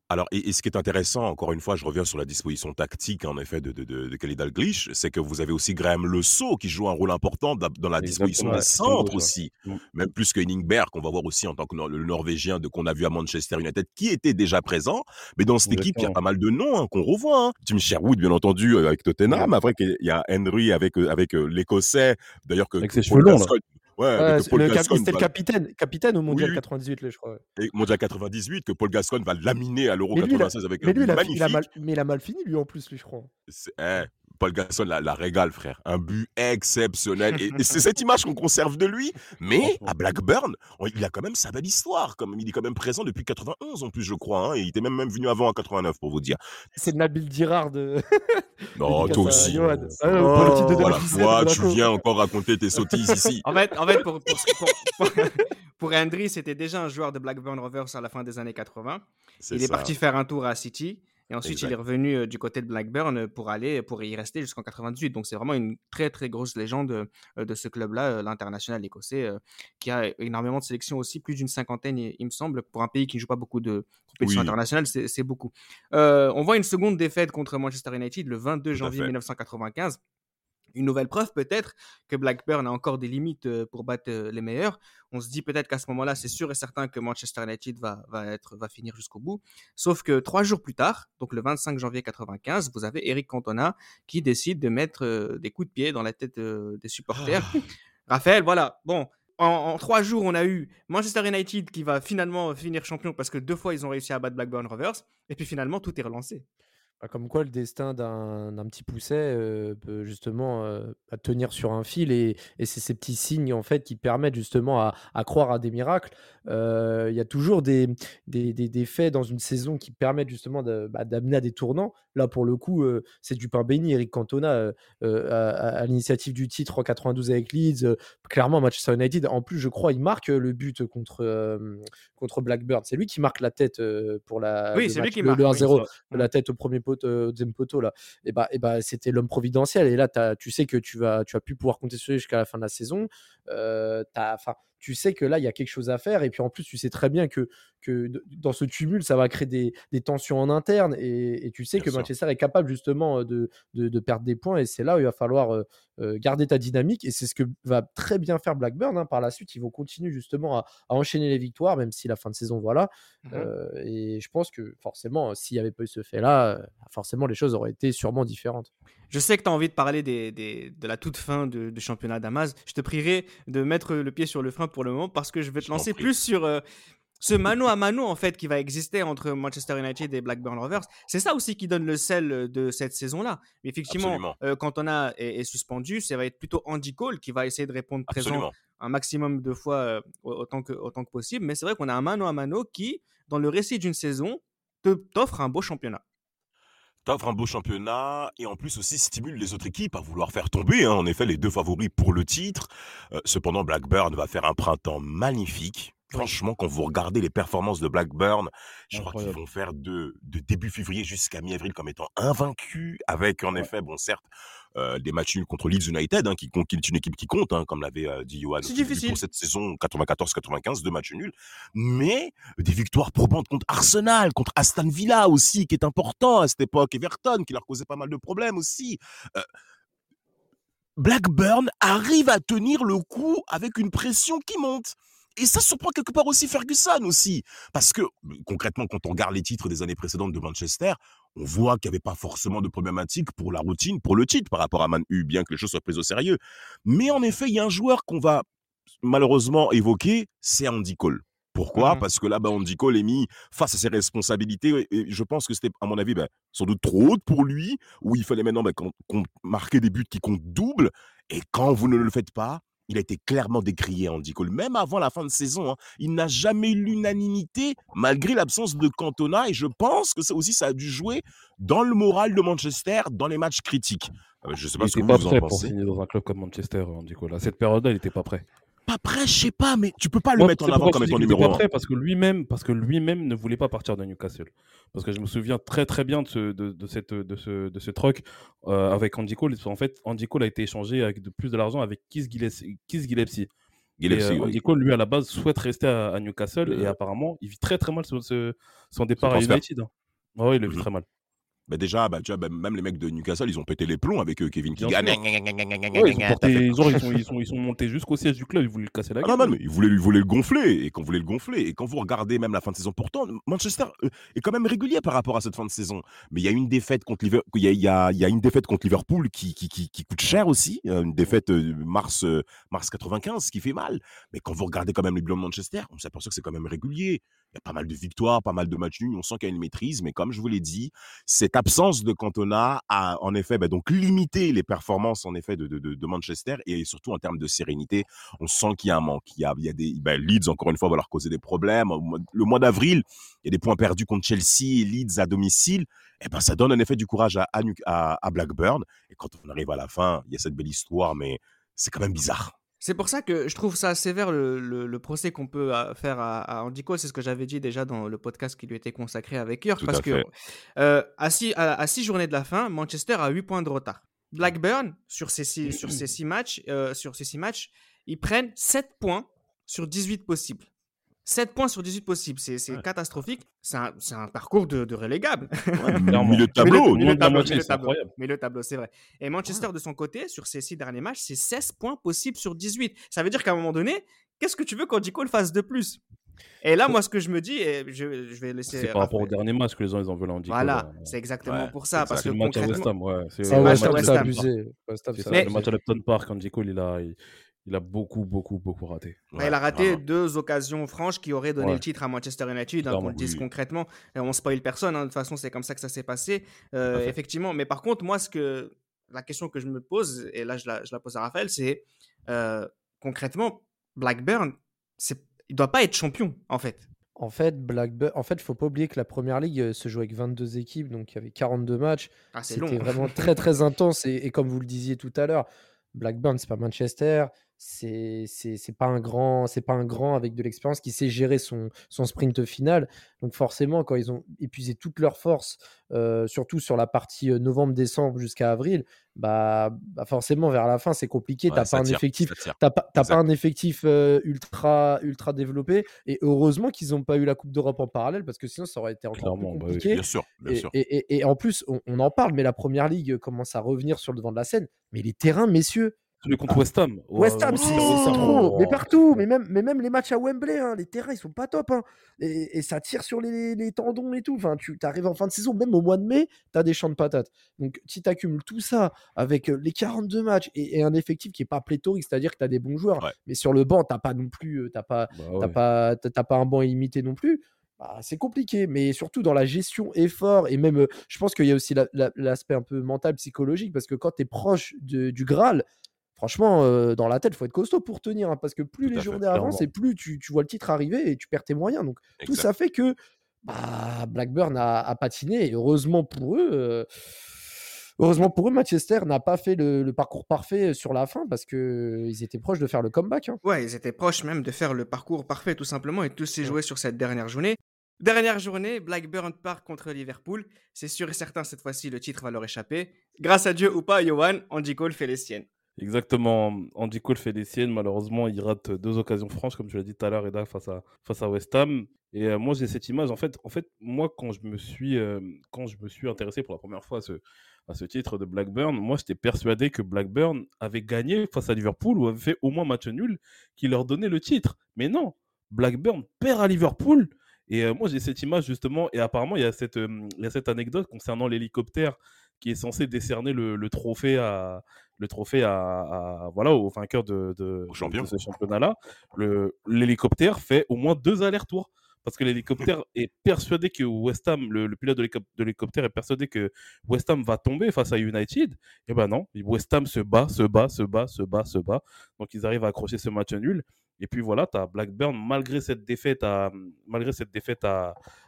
Alors, et, et ce qui est intéressant, encore une fois, je reviens sur la disposition tactique, en effet, de, de, de, de Khalid Dalglish, c'est que vous avez aussi Graham Le Saux qui joue un rôle important da- dans la disposition Exactement, des ouais, piston centres gauche, ouais. aussi, Mm. même plus que Inningberg, qu'on va voir aussi en tant que Nor- le Norvégien de, qu'on a vu à Manchester United, qui était déjà présent. Mais dans cette équipe, il y a Exactement. pas mal de noms hein, qu'on revoit. Hein. Tim Sherwood, bien entendu, euh, avec Tottenham. Mm. Après, il y a Henry avec, euh, avec euh, l'Écossais, d'ailleurs, que, Avec que ses Paul cheveux longs, là. Gascoigne. Ouais, Ouais, avec que c'est- Paul le cap- Gascoigne c'était le va- capitaine, capitaine au mondial Oui, quatre-vingt-dix-huit, là, je crois. et Mondial quatre-vingt-dix-huit, que Paul Gascoigne va laminer à l'Euro Mais lui, il a, quatre-vingt-seize avec un mais lui, but il a, fi- il a mal, magnifique. mais il a mal fini, lui, en plus, lui, je crois. C'est- eh, Paul Gascoigne la, la régale, frère. Un but exceptionnel. Et, et c'est cette image qu'on conserve de lui. Mais Franchement. à Blackburn, on- il a quand même sa belle histoire. Comme, il est quand même présent depuis quatre-vingt-onze en plus, je crois. hein, et il était même, même venu avant en quatre-vingt-neuf, pour vous dire. C'est Nabil Dirard de. Non, Dédicace toi à aussi. Johan. Oh, Ah, ouais, pour le titre de voilà, deux mille dix-sept, toi, tu Monaco. viens encore raconter tes sottises ici. En fait, en fait pour, pour, pour, pour, pour Hendry, c'était déjà un joueur de Blackburn Rovers à la fin des années quatre-vingts. C'est Il est ça. parti faire un tour à City. Et ensuite, Exact. il est revenu euh, du côté de Blackburn euh, pour aller, pour y rester jusqu'en quatre-vingt-dix-huit. Donc, c'est vraiment une très, très grosse légende euh, de ce club-là, euh, l'international écossais, euh, qui a énormément de sélections aussi, plus d'une cinquantaine, il, il me semble. Pour un pays qui ne joue pas beaucoup de compétitions Oui. internationales, c'est, c'est beaucoup. Euh, on voit une seconde défaite contre Manchester United le vingt-deux Tout à janvier fait. mille neuf cent quatre-vingt-quinze. Une nouvelle preuve peut-être que Blackburn a encore des limites euh, pour battre euh, les meilleurs. On se dit peut-être qu'à ce moment-là, c'est sûr et certain que Manchester United va, va, être, va finir jusqu'au bout. Sauf que trois jours plus tard, donc le vingt-cinq janvier quatre-vingt-quinze, vous avez Eric Cantona qui décide de mettre euh, des coups de pied dans la tête euh, des supporters. Raphaël, voilà, bon, en, en trois jours, on a eu Manchester United qui va finalement finir champion parce que deux fois, ils ont réussi à battre Blackburn Rovers. Et puis finalement, tout est relancé. Bah, comme quoi, le destin d'un d'un petit pousset euh, peut justement euh, à tenir sur un fil et, et c'est ces petits signes en fait qui permettent justement à, à croire à des miracles. Euh, Il y a toujours des, des, des, des faits dans une saison qui permettent justement de, bah, d'amener à des tournants. Là, pour le coup, euh, c'est du pain béni. Eric Cantona, euh, euh, à, à l'initiative du titre en quatre-vingt-douze avec Leeds, euh, clairement Manchester United. En plus, je crois, il marque euh, le but contre, euh, contre Blackburn. C'est lui qui marque la tête euh, pour la, Oui, le c'est lui match, qui le, marque, le oui. un zéro. Ça. La tête au premier poteau, euh, au deuxième poteau là. Et bah, et bah c'était l'homme providentiel. Et là, t'as- tu sais que tu vas, tu vas plus pouvoir compter sur lui jusqu'à la fin de la saison. Euh, t'as, enfin, tu sais que là, il y a quelque chose à faire. Et puis en plus, tu sais très bien que, que d- dans ce tumulte, ça va créer des, des tensions en interne. Et, et tu sais Bien que sûr. Manchester est capable justement euh, de, de, de perdre des points. Et c'est là où il va falloir euh, euh, garder ta dynamique. Et c'est ce que va très bien faire Blackburn. hein. Par la suite, ils vont continuer justement à, à enchaîner les victoires, même si la fin de saison, voilà. Mhm. Euh, et je pense que forcément, s'il n'y avait pas eu ce fait-là, euh, forcément, les choses auraient été sûrement différentes. Je sais que tu as envie de parler des, des, de la toute fin de- du championnat d'Amaz. Je te prierai de mettre le pied sur le frein pour le moment parce que je vais te Je t'en lancer prie. plus sur euh, ce mano à mano en fait qui va exister entre Manchester United et Blackburn Rovers. C'est ça aussi qui donne le sel de cette saison-là. Mais effectivement, Absolument. euh, quand on a est, est suspendu, ça va être plutôt Andy Cole qui va essayer de répondre présent Absolument. un maximum de fois euh, autant, que, autant que possible. Mais c'est vrai qu'on a un mano à mano qui, dans le récit d'une saison, te, t'offre un beau championnat. T'offres un beau championnat et en plus aussi stimule les autres équipes à vouloir faire tomber, hein, en effet, les deux favoris pour le titre. Euh, cependant, Blackburn va faire un printemps magnifique. Oui. Franchement, quand vous regardez les performances de Blackburn, je crois qu'ils Incroyable. vont faire de, de début février jusqu'à mi-avril comme étant invaincus, avec en Ouais. effet, bon certes, euh, des matchs nuls contre Leeds United, hein, qui, compte- qui est une équipe qui compte, hein, comme l'avait euh, dit Johan C'est au début difficile. pour cette saison quatre-vingt-quatorze quatre-vingt-quinze, deux matchs nuls, mais des victoires probantes contre Arsenal, contre Aston Villa aussi, qui est important à cette époque, Everton, qui leur causait pas mal de problèmes aussi. Euh, Blackburn arrive à tenir le coup avec une pression qui monte. Et ça surprend quelque part aussi Ferguson aussi. Parce que, concrètement, quand on regarde les titres des années précédentes de Manchester, on voit qu'il n'y avait pas forcément de problématique pour la routine, pour le titre, par rapport à Man U, bien que les choses soient prises au sérieux. Mais en effet, il y a un joueur qu'on va malheureusement évoquer, c'est Andy Cole. Pourquoi ? Mhm. Parce que là, bah, Andy Cole est mis face à ses responsabilités et je pense que c'était, à mon avis, bah, sans doute trop haute pour lui, où il fallait maintenant bah, qu'on, qu'on marquer des buts qui comptent double. Et quand vous ne le faites pas, il a été clairement décrié, Andy Cole. Même avant la fin de saison, hein, il n'a jamais eu l'unanimité, malgré l'absence de Cantona. Et je pense que ça aussi, ça a dû jouer dans le moral de Manchester, dans les matchs critiques. Euh, je ne sais pas Il ce que n'était vous, pas vous en prêt pour pensez. signer dans un club comme Manchester, Andy Cole. À cette période-là, il n'était pas prêt. Pas prêt, je sais pas, mais tu peux pas le Ouais, mettre en c'est avant pourquoi comme je dis étant qu'il était numéro pas un. prêt parce que lui-même, parce que lui-même ne voulait pas partir de Newcastle. Parce que je me souviens très très bien de ce, de, de cette, de ce, de ce truc euh, avec Andy Cole. En fait, Andy Cole a été échangé avec de plus de l'argent avec Keith Gillespie. Keith Gillespie. Gillespie, euh, oui. Andy Cole, lui, à la base, souhaite rester à, à Newcastle Le- et apparemment, il vit très très mal son, ce- son départ à transfert. United. Hein. Ah ouais, il le vit Mhm. très mal. Bah déjà, bah, tu vois, bah, même les mecs de Newcastle, ils ont pété les plombs avec eux, Kevin Bien Keegan. sûr. Ouais, ils, ont porté, genre, ils, sont, ils, sont, ils sont montés jusqu'au siège du club, ils voulaient le casser la Ah gueule. non, non, mais ils voulaient, ils voulaient le gonfler, et quand vous voulez le gonfler, et quand vous regardez même la fin de saison, pourtant, Manchester euh, est quand même régulier par rapport à cette fin de saison. Mais il y a une défaite contre Liverpool, il y a, il y a, il y a une défaite contre Liverpool qui, qui, qui, qui coûte cher aussi, euh, une défaite euh, mars, euh, mars quatre-vingt-quinze qui fait mal. Mais quand vous regardez quand même les bilans de Manchester, on s'aperçoit que c'est quand même régulier. Il y a pas mal de victoires, pas mal de matchs nuls, on sent qu'il y a une maîtrise, mais comme je vous l'ai dit, cette absence de Cantona a en effet bah, donc limité les performances en effet de, de, de, de Manchester, et surtout en termes de sérénité, on sent qu'il y a un manque. Il y a, il y a des bah, Leeds, encore une fois, va leur causer des problèmes. Le mois d'avril, il y a des points perdus contre Chelsea et Leeds à domicile. Et ben, ça donne en effet du courage à, à, à Blackburn. Et quand on arrive à la fin, il y a cette belle histoire, mais c'est quand même bizarre. C'est pour ça que je trouve ça sévère le, le, le procès qu'on peut faire à, à Andy Cole. C'est ce que j'avais dit déjà dans le podcast qui lui était consacré avec York. Tout Parce à que fait. euh, à, six, à, à six journées de la fin, Manchester a huit points de retard. Blackburn, sur ces six, sur ces six matchs, euh, sur ces six matchs, ils prennent sept points sur dix-huit possibles. sept points sur dix-huit possibles, c'est, c'est Ouais. catastrophique. C'est un, c'est un parcours de, de relégable. Ouais, Clairement. milieu de tableau. Mais le Moins de la tableau, moitié, mais le c'est tableau, incroyable. mais le tableau, c'est vrai. Et Manchester, de son côté, sur ses six derniers matchs, c'est seize points possibles sur dix-huit. Ça veut dire qu'à un moment donné, qu'est-ce que tu veux qu'Andy Cole fasse de plus? Et là, moi, ce que je me dis, et je, je vais laisser. C'est par rapport au Raphaël- dernier match que les gens ils en veulent Andy Cole. Voilà, euh, c'est exactement Ouais, pour ça. exact. Parce que C'est le match à West concrètement, Ham, ouais. C'est C'est Ah, le le match West à Ham, match West c'est à Ham. Upton Park. abusé. West Ham, C'est c'est ça, Mais- le match abusé. à Upton Park, Andy Cole, il a, il, il a beaucoup, beaucoup, beaucoup raté. Ouais, il a raté vraiment. deux occasions franches qui auraient donné Ouais. le titre à Manchester United, hein, Clairement, qu'on le dise oui. concrètement. Et on spoil personne, hein, de toute façon, c'est comme ça que ça s'est passé. Euh, Tout à fait. effectivement, mais par contre, moi, ce que, la question que je me pose, et là, je la, je la pose à Raphaël, c'est euh, concrètement, Blackburn, c'est, il ne doit pas être champion, en fait. En fait, Blackburn, en fait, faut pas oublier que la première ligue euh, se jouait avec vingt-deux équipes, donc il y avait quarante-deux matchs. Ah, c'est C'était long. vraiment très très intense. Et, et comme vous le disiez tout à l'heure, Blackburn, c'est pas Manchester, c'est c'est c'est pas un grand, c'est pas un grand avec de l'expérience qui sait gérer son son sprint final. Donc forcément, quand ils ont épuisé toutes leurs forces, euh, surtout sur la partie euh, novembre-décembre jusqu'à avril, bah, bah forcément vers la fin c'est compliqué. Ouais, T'as ça pas un tire, effectif, ça tire. t'as pas t'as pas Exact. un effectif euh, ultra ultra développé. Et heureusement qu'ils n'ont pas eu la Coupe d'Europe en parallèle parce que sinon ça aurait été encore plus Clairement, bah oui. compliqué. Bien sûr, bien Et, sûr. et- et- et en plus, on, on en parle, mais la première ligue commence à revenir sur le devant de la scène. Mais les terrains, messieurs, Celui contre West Ham. West Ham, Ouais, c'est ouais, c'est ouais, trop, mais ouais, partout, c'est mais même, mais même les matchs à Wembley, hein, les terrains ils sont pas top, hein. et, et ça tire sur les, les tendons et tout. Enfin, tu arrives en fin de saison, même au mois de mai, tu as des champs de patates. Donc, tu t'accumules tout ça avec euh, les quarante-deux matchs et, et un effectif qui est pas pléthorique, c'est-à-dire que tu as des bons joueurs, Ouais. mais sur le banc, t'as pas non plus, euh, t'as pas, Bah t'as ouais. pas, t'as t'as pas un banc illimité non plus. Bah, c'est compliqué, mais surtout dans la gestion effort et même, euh, je pense qu'il y a aussi la- la- l'aspect un peu mental, psychologique, parce que quand tu es proche de- du Graal, franchement, euh, dans la tête, il faut être costaud pour tenir, hein, parce que plus Tout les à fait, journées avancent clairement. et plus tu, tu vois le titre arriver et tu perds tes moyens. Donc tout Exact. ça fait que bah, Blackburn a, a patiné et heureusement pour eux, euh, heureusement pour eux, Manchester n'a pas fait le, le parcours parfait sur la fin parce qu'ils étaient proches de faire le comeback, hein. Ouais, ils étaient proches même de faire le parcours parfait, tout simplement, et tout s'est Ouais. joué sur cette dernière journée. Dernière journée, Blackburn part contre Liverpool. C'est sûr et certain, cette fois-ci, le titre va leur échapper. Grâce à Dieu ou pas, Johan, Andy Cole fait les siennes. Exactement. Andy Cole fait les siennes. Malheureusement, il rate deux occasions franches, comme tu l'as dit tout à l'heure, Eda, face à, face à West Ham. Et euh, moi, j'ai cette image. En fait, en fait moi, quand je, me suis, euh, quand je me suis intéressé pour la première fois à ce, à ce titre de Blackburn, moi, j'étais persuadé que Blackburn avait gagné face à Liverpool ou avait fait au moins match nul qui leur donnait le titre. Mais non, Blackburn perd à Liverpool. Et euh, moi, j'ai cette image, justement. Et apparemment, il y a cette, euh, il y a cette anecdote concernant l'hélicoptère qui est censé décerner le, le trophée à le trophée à, à- voilà au vainqueur de, de, Au champion. de ce championnat-là. Le, l'hélicoptère fait au moins deux allers-retours parce que l'hélicoptère est persuadé que West Ham, le, le pilote de, l'hélicop- de l'hélicoptère est persuadé que West Ham va tomber face à United. Et ben non, West Ham se bat, se bat, se bat, se bat, se bat. Donc ils arrivent à accrocher ce match nul. Et puis voilà, tu as Blackburn, malgré cette défaite à, malgré cette défaite à,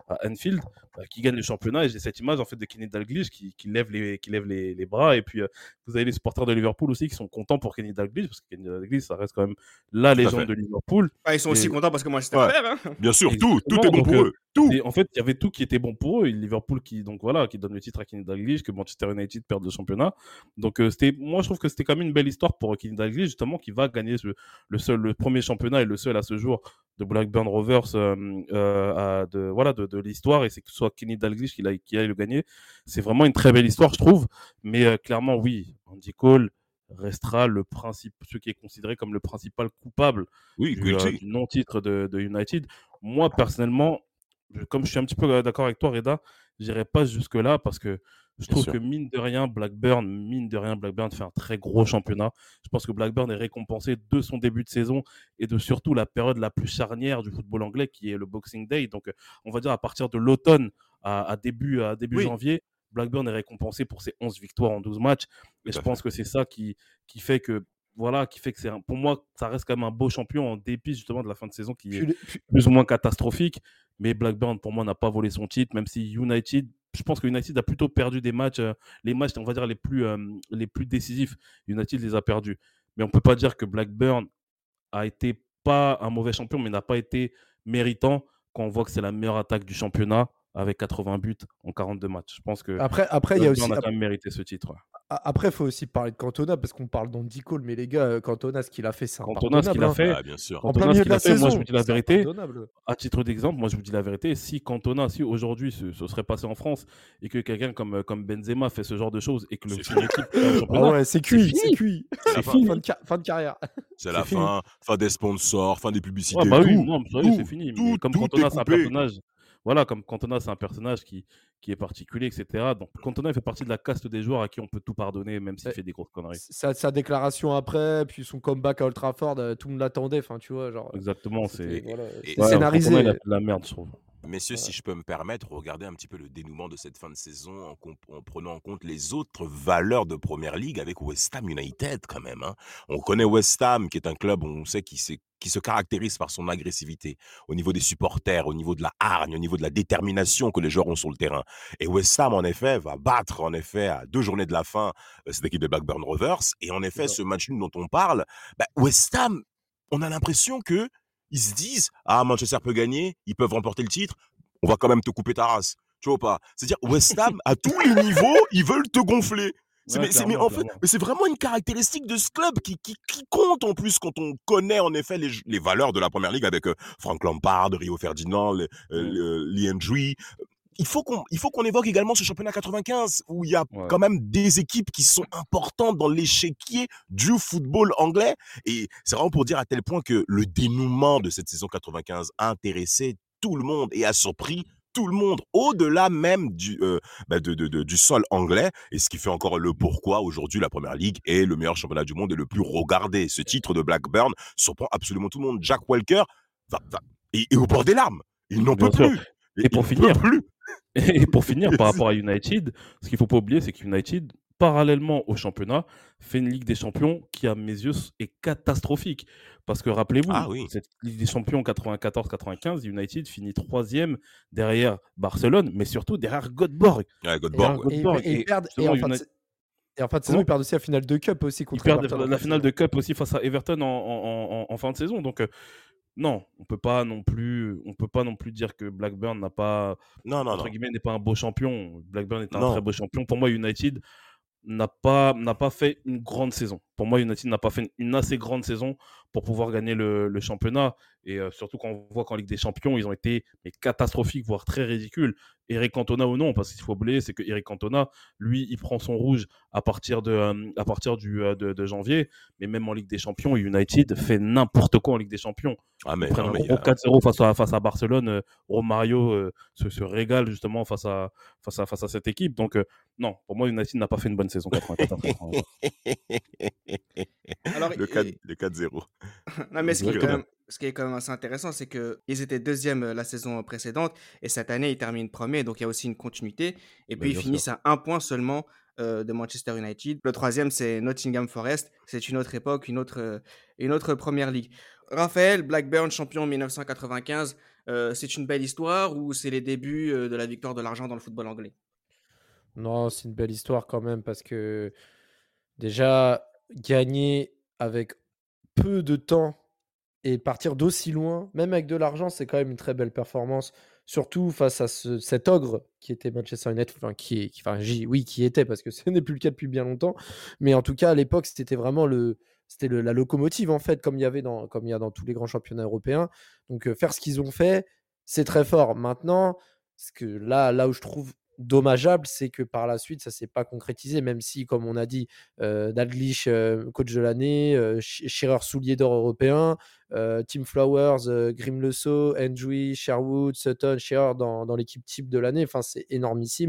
à Anfield, euh, qui gagne le championnat. Et j'ai cette image en fait de Kenny Dalglish qui, qui lève, les, qui lève les, les bras. Et puis euh, vous avez les supporters de Liverpool aussi qui sont contents pour Kenny Dalglish, parce que Kenny Dalglish, ça reste quand même la Tout à légende fait. de Liverpool. Ah, ils sont Et- aussi contents parce que Manchester Ouais. perd. Hein. Bien sûr, tout, tout Exactement, est bon donc, pour euh, eux. Tout. Et en fait, il y avait tout qui était bon pour eux. Liverpool qui, donc voilà, qui donne le titre à Kenny Dalglish, que Manchester United perd le championnat. Donc euh, c'était, moi je trouve que c'était quand même une belle histoire pour Kenny Dalglish, justement, qui va gagner ce- le seul, le premier championnat et le seul à ce jour de Blackburn Rovers, euh, euh, à- de voilà, de, de l'histoire. Et c'est que ce soit Kenny Dalglish qui, l'a- qui aille le gagner. C'est vraiment une très belle histoire, je trouve. Mais euh, clairement, oui, Andy Cole restera le principe, ce qui est considéré comme le principal coupable Oui, du, euh, guilty. du non-titre de, de United. Moi, personnellement, je- comme je suis un petit peu euh, d'accord avec toi, Reda, j'irai pas jusque-là parce que je Bien trouve sûr. que mine de rien, Blackburn, mine de rien, Blackburn fait un très gros championnat. Je pense que Blackburn est récompensé de son début de saison et de surtout la période la plus charnière du football anglais qui est le Boxing Day. Donc, euh, on va dire à partir de l'automne à, à début, à début Oui. janvier, Blackburn est récompensé pour ses onze victoires en douze matchs. Et Tout je à pense fait. que c'est ça qui, qui fait que voilà, qui fait que c'est un- pour moi, ça reste quand même un beau champion en dépit justement de la fin de saison qui est Puis, les- puis- plus ou moins catastrophique. Mais Blackburn, pour moi, n'a pas volé son titre, même si United, je pense que United a plutôt perdu des matchs, euh, les matchs, on va dire, les plus, euh, les plus décisifs. United les a perdus. Mais on ne peut pas dire que Blackburn a été pas un mauvais champion, mais n'a pas été méritant quand on voit que c'est la meilleure attaque du championnat avec quatre-vingts buts en quarante-deux matchs. Je pense que Après, après, il y a Blackburn aussi. a quand même mérité ce titre. ouais. a- Après, il faut aussi parler de Cantona parce qu'on parle d'Andy Cole, mais les gars, euh, Cantona, ce qu'il a fait, c'est Cantona, ce qu'il impardonnable. a hein. fait, Ah, bien sûr. En plein Cantona, ce milieu de qu'il la a fait, moi je saison, vous dis la c'est vérité, impardonnable. à titre d'exemple, moi je vous dis la vérité, si Cantona, si aujourd'hui ce, ce serait passé en France et que quelqu'un comme, euh, comme Benzema fait ce genre de choses et que le C'est son équipe perd le Ah championnat, ouais, c'est cuit, fini. c'est cuit. C'est la c'est fin. fini. Fin de, ca- fin de carrière. C'est la C'est fini. fin. Fin des sponsors, fin des publicités. Ouais, bah oui, tout, non, mais sérieux, tout, c'est fini. tout, Mais comme tout Cantona, est c'est un coupé. personnage, voilà, comme Cantona, c'est un personnage qui, qui est particulier, et cetera. Donc Cantona il fait partie de la caste des joueurs à qui on peut tout pardonner, même s'il Ouais. fait des grosses conneries. Sa, sa déclaration après, puis son comeback à Old Trafford, euh, tout le monde l'attendait. Enfin, tu vois, genre, Exactement, c'était c'est voilà, Et- c'était ouais, scénarisé. Cantona, il a fait de la merde, je trouve. Messieurs, Ouais. si je peux me permettre, regardez un petit peu le dénouement de cette fin de saison en, comp- en prenant en compte les autres valeurs de Première Ligue avec West Ham United quand même. hein. On connaît West Ham, qui est un club, on sait, qui, s'est- qui se caractérise par son agressivité au niveau des supporters, au niveau de la hargne, au niveau de la détermination que les joueurs ont sur le terrain. Et West Ham, en effet, va battre, en effet, à deux journées de la fin, euh, cette équipe de Blackburn Rovers. Et en effet, ça. ce match nul dont on parle, bah, West Ham, on a l'impression que ils se disent « Ah, Manchester peut gagner, ils peuvent remporter le titre, on va quand même te couper ta race. » Tu vois ou pas? C'est-à-dire, West Ham, à tous les niveaux, ils veulent te gonfler. C'est, Ouais, mais, c'est- mais clairement, en fait, clairement. mais c'est vraiment une caractéristique de ce club qui, qui, qui compte en plus quand on connaît en effet les, les valeurs de la Première Ligue avec euh, Frank Lampard, Rio Ferdinand, le, euh, Mm. le- Lee Hendry. Il faut qu'on, il faut qu'on évoque également ce championnat quatre-vingt-quinze où il y a Ouais. quand même des équipes qui sont importantes dans l'échiquier du football anglais. Et c'est vraiment pour dire à tel point que le dénouement de cette saison quatre-vingt-quinze a intéressé tout le monde et a surpris tout le monde, au-delà même du, euh, bah, de, de, de, du sol anglais, et ce qui fait encore le pourquoi aujourd'hui la Première Ligue est le meilleur championnat du monde et le plus regardé. Ce titre de Blackburn surprend absolument tout le monde. Jack Walker va, va, est, est au bord des larmes. Il n'en Bien peut sûr. plus. Et pour il finir, peut plus. Et pour finir, par rapport à United, ce qu'il ne faut pas oublier, c'est que United, parallèlement au championnat, fait une Ligue des Champions qui, à mes yeux, est catastrophique. Parce que rappelez-vous, Ah oui. cette Ligue des Champions quatre-vingt-quatorze quatre-vingt-quinze, United finit troisième derrière Barcelone, mais surtout derrière Göteborg. Ouais, Et, Göteborg, ouais. et- Göteborg. et ils Et perdent. Et justement, en fin de, United- et en fin de saison, Comment ils perdent aussi la finale de Cup aussi Ils contre perdent Everton. en la, fin la de finale saison. de Cup aussi face à Everton en, en- en- en fin de saison. Donc, euh, non, on peut pas non plus, on peut pas non plus dire que Blackburn n'a pas, Non, non, entre non. guillemets, n'est pas un beau champion. Blackburn est un Non. très beau champion. Pour moi, United n'a pas, n'a pas fait une grande saison. Pour moi, United n'a pas fait une, une assez grande saison pour pouvoir gagner le, le championnat. Et euh, surtout quand on voit qu'en Ligue des Champions, ils ont été mais, catastrophiques, voire très ridicules. Eric Cantona ou non, parce qu'il faut oublier, c'est que Eric Cantona, lui, il prend son rouge à partir de, euh, à partir du, euh, de, de janvier. Mais même en Ligue des Champions, United fait n'importe quoi en Ligue des Champions. Ah, mais Ils prennent non, un mais il y gros a- quatre zéro face à, face à Barcelone. Euh, Romario euh, se, se régale justement face à, face, à, face à cette équipe. Donc, euh, non, pour moi, United n'a pas fait une bonne saison quatre-vingt-quatorze quatre-vingt-quinze. Alors, le et- quatre le quatre zéro. non, mais ce qui, est quand Exactement. même, ce qui est quand même assez intéressant, c'est qu'ils étaient deuxième euh, la saison précédente et cette année, ils terminent premier. Donc, il y a aussi une continuité. Et Bah, puis, ils bien finissent sûr. à un point seulement euh, de Manchester United. Le troisième, c'est Nottingham Forest. C'est une autre époque, une autre, euh, une autre première ligue. Raphaël, Blackburn champion en dix-neuf cent quatre-vingt-quinze, euh, c'est une belle histoire ou c'est les débuts euh, de la victoire de l'argent dans le football anglais? Non, c'est une belle histoire quand même parce que déjà, gagner avec peu de temps et partir d'aussi loin, même avec de l'argent, c'est quand même une très belle performance. Surtout face à ce- cet ogre qui était Manchester United, enfin, qui est, qui- enfin, j'y- oui, qui était, parce que ce n'est plus le cas depuis bien longtemps. Mais en tout cas, à l'époque, c'était vraiment le, c'était le- la locomotive, en fait, comme il y avait dans, comme il y a dans tous les grands championnats européens. Donc, euh, faire ce qu'ils ont fait, c'est très fort. Maintenant, ce que là, là où je trouve dommageable, c'est que par la suite, ça s'est pas concrétisé, même si, comme on a dit, euh, Dalglish, euh, coach de l'année, euh, Sch- Shearer, soulier d'or européen, euh, Tim Flowers, euh, Grim Lesso, Andrew, Sherwood, Sutton, Shearer dans, dans l'équipe type de l'année. Enfin, c'est énormissime.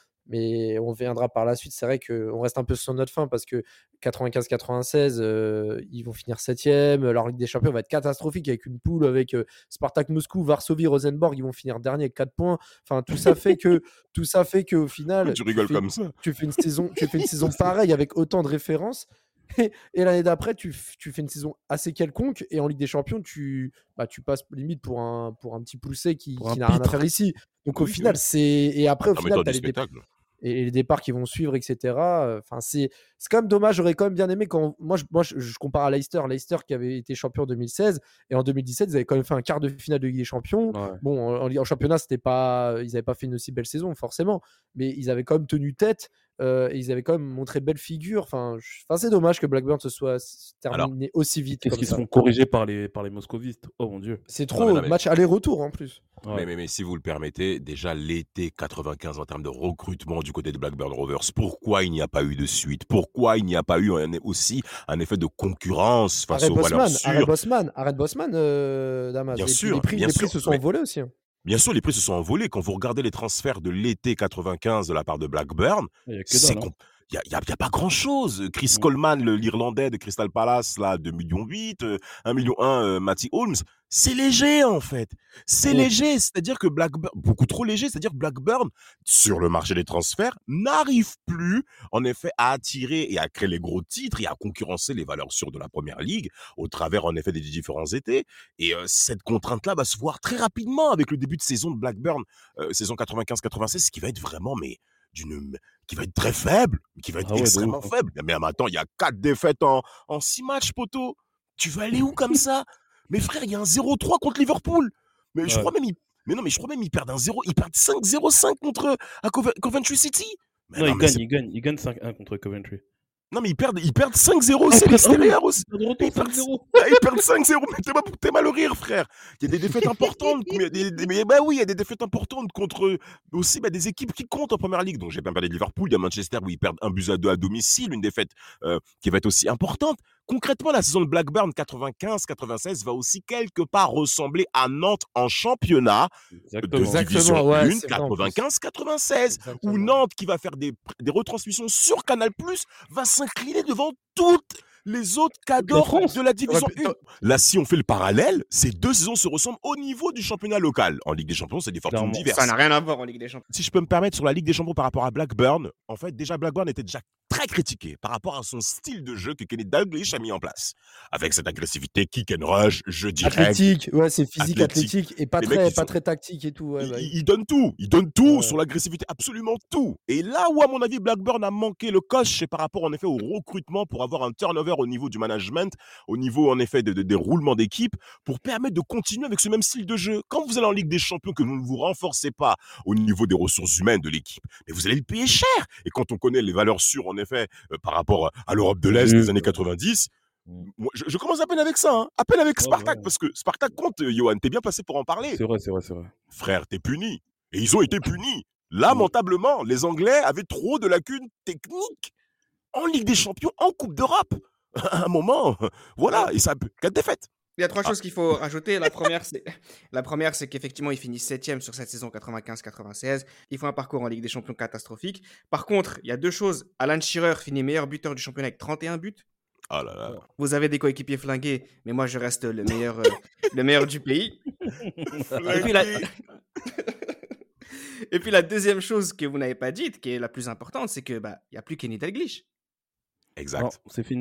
Mais on viendra par la suite. C'est vrai qu'on reste un peu sur notre fin parce que quatre-vingt-quinze quatre-vingt-seize, euh, ils vont finir septième. Leur Ligue des Champions va être catastrophique avec une poule avec euh, Spartak Moscou, Varsovie, Rosenborg. Ils vont finir dernier avec quatre points. Enfin, tout ça fait que, tout ça fait qu'au final, Tu tu rigoles fais, comme ça. tu fais une saison, tu fais une saison pareille avec autant de références. Et, et l'année d'après, tu, f- tu fais une saison assez quelconque. Et en Ligue des Champions, tu, bah, tu passes limite pour un, pour un petit poussé qui, Pour qui un n'a rien à pitre. faire ici. Donc au Oui, final, oui. c'est. Et après, au En final, mettant tu as du les, dé- spectacle. et les départs qui vont suivre, et cetera. Enfin, c'est c'est quand même dommage. J'aurais quand même bien aimé quand moi je, moi je, je compare à Leicester, Leicester qui avait été champion en deux mille seize et en deux mille dix-sept ils avaient quand même fait un quart de finale de Ligue des Champions. Ouais. Bon, en, en- en championnat c'était pas, ils n'avaient pas fait une aussi belle saison forcément, mais ils avaient quand même tenu tête. Euh, et ils avaient quand même montré belle figure. Enfin, je- enfin c'est dommage que Blackburn se soit s- Alors, terminé aussi vite Qu'est-ce comme qu'ils se ça. font corriger par les, par les moscovistes? Oh mon dieu. C'est non, mais, trop non, mais, match aller-retour en plus. Ouais. mais, mais, mais si vous le permettez, déjà l'été quatre-vingt-quinze en termes de recrutement du côté de Blackburn Rovers, pourquoi il n'y a pas eu de suite? Pourquoi il n'y a pas eu un- aussi un effet de concurrence face Arrête aux valeurs Bosman, arrête sûres? Bosman, arrête Bosman, euh, Damas. Bien Et puis sûr, les prix, bien les prix sûr. se sont Mais- envolés aussi. hein. Bien sûr, les prix se sont envolés. Quand vous regardez les transferts de l'été quatre-vingt-quinze de la part de Blackburn, Il y a que c'est dalle. hein. com- il n'y a, y a- y a pas grand-chose. Chris Mm. Coleman, le- l'Irlandais de Crystal Palace, là, deux virgule huit millions, euh, un virgule un million, euh, Matty Holmes, c'est léger en fait. C'est Mm. léger, c'est-à-dire que Blackburn, beaucoup trop léger, c'est-à-dire que Blackburn, sur le marché des transferts, n'arrive plus, en effet, à attirer et à créer les gros titres et à concurrencer les valeurs sûres de la Première Ligue au travers, en effet, des différents étés. Et euh, cette contrainte-là va se voir très rapidement avec le début de saison de Blackburn, euh, saison quatre-vingt-quinze quatre-vingt-seize, qui va être vraiment, mais d'une, qui va être très faible, qui va être Ah ouais, de extrêmement ouf, hein. faible. Mais attends, il y a quatre défaites en, en six matchs, poteau. Tu vas aller où comme ça? Mais frère, il y a un zéro trois contre Liverpool. Mais je Ouais. crois même, ils, mais non, mais je crois même ils perdent un zéro, ils perdent cinq zéro cinq contre à Cove- Coventry City. Mais Non, non, ils mais gagnent, c'est- ils gagnent, ils gagnent cinq un contre Coventry. non, mais ils perdent, ils perdent cinq zéro Ah, aussi à ils perdent- l'extérieur aussi. De retour, Ils perdent, cinq zéro. Ah, ils perdent cinq zéro, mais t'es mal, t'es mal au rire, frère. Il y a des défaites importantes. Mais, des- des- mais bah oui, il y a des défaites importantes contre aussi bah, des équipes qui comptent en première ligue. Donc j'ai pas parlé de Liverpool, il y a Manchester où ils perdent un but à deux à domicile, une défaite euh, qui va être aussi importante. Concrètement, la saison de Blackburn quatre-vingt-quinze quatre-vingt-seize va aussi quelque part ressembler à Nantes en championnat de Exactement. Exactement, division ouais, un c'est vrai en plus. quatre-vingt-quinze quatre-vingt-seize. Exactement. Où Nantes, qui va faire des, des retransmissions sur Canal+, va s'incliner devant toutes les autres cadors France. de la division T'aurais pu- un. Là, si on fait le parallèle, ces deux saisons se ressemblent au niveau du championnat local. En Ligue des Champions, c'est des fortunes Clairement. diverses. Ça n'a rien à voir en Ligue des Champions. Si je peux me permettre, sur la Ligue des Champions par rapport à Blackburn, en fait, déjà Blackburn était déjà très critiqué par rapport à son style de jeu que Kenny Dalglish a mis en place. Avec cette agressivité, kick and rush, jeu direct. Athlétique, ouais, c'est physique, Athlétique. athlétique, et pas Les très, mecs, ils pas sont- très tactique et tout. Ouais, il, bah oui. il- il donne tout, il donne tout Ouais. sur l'agressivité, absolument tout. Et là où, à mon avis, Blackburn a manqué le coche, c'est par rapport, en effet, au recrutement pour avoir un turnover au niveau du management, au niveau, en effet, de- de- des roulements d'équipe, pour permettre de continuer avec ce même style de jeu. Quand vous allez en Ligue des Champions, que vous ne vous renforcez pas au niveau des ressources humaines de l'équipe, mais vous allez le payer cher. Et quand on connaît les valeurs sûres, en effet, euh, par rapport à l'Europe de l'Est Oui, des années oui. quatre-vingt-dix, Mm. moi, je, je commence à peine avec ça, hein, à peine avec Ouais, Spartak, ouais. parce que Spartak compte, euh, Johan, t'es bien placé pour en parler. C'est vrai, c'est vrai, c'est vrai. Frère, t'es puni. Et ils ont été punis. Lamentablement, les Anglais avaient trop de lacunes techniques en Ligue des Champions, en Coupe d'Europe. À un moment, voilà, et ça, quatre défaites. Il y a trois Ah. choses qu'il faut rajouter. La première, c'est la première, c'est qu'effectivement, ils finissent septième sur cette saison quatre-vingt-quinze quatre-vingt-seize. Ils font un parcours en Ligue des Champions catastrophique. Par contre, il y a deux choses. Alan Shearer finit meilleur buteur du championnat avec trente et un buts. Ah là là. Vous avez des coéquipiers flingués, mais moi, je reste le meilleur, euh, le meilleur du pays. Et puis, la... Et puis, la deuxième chose que vous n'avez pas dite, qui est la plus importante, c'est que bah, il y a plus Kenny Dalglish. Exact. Non, c'est fini.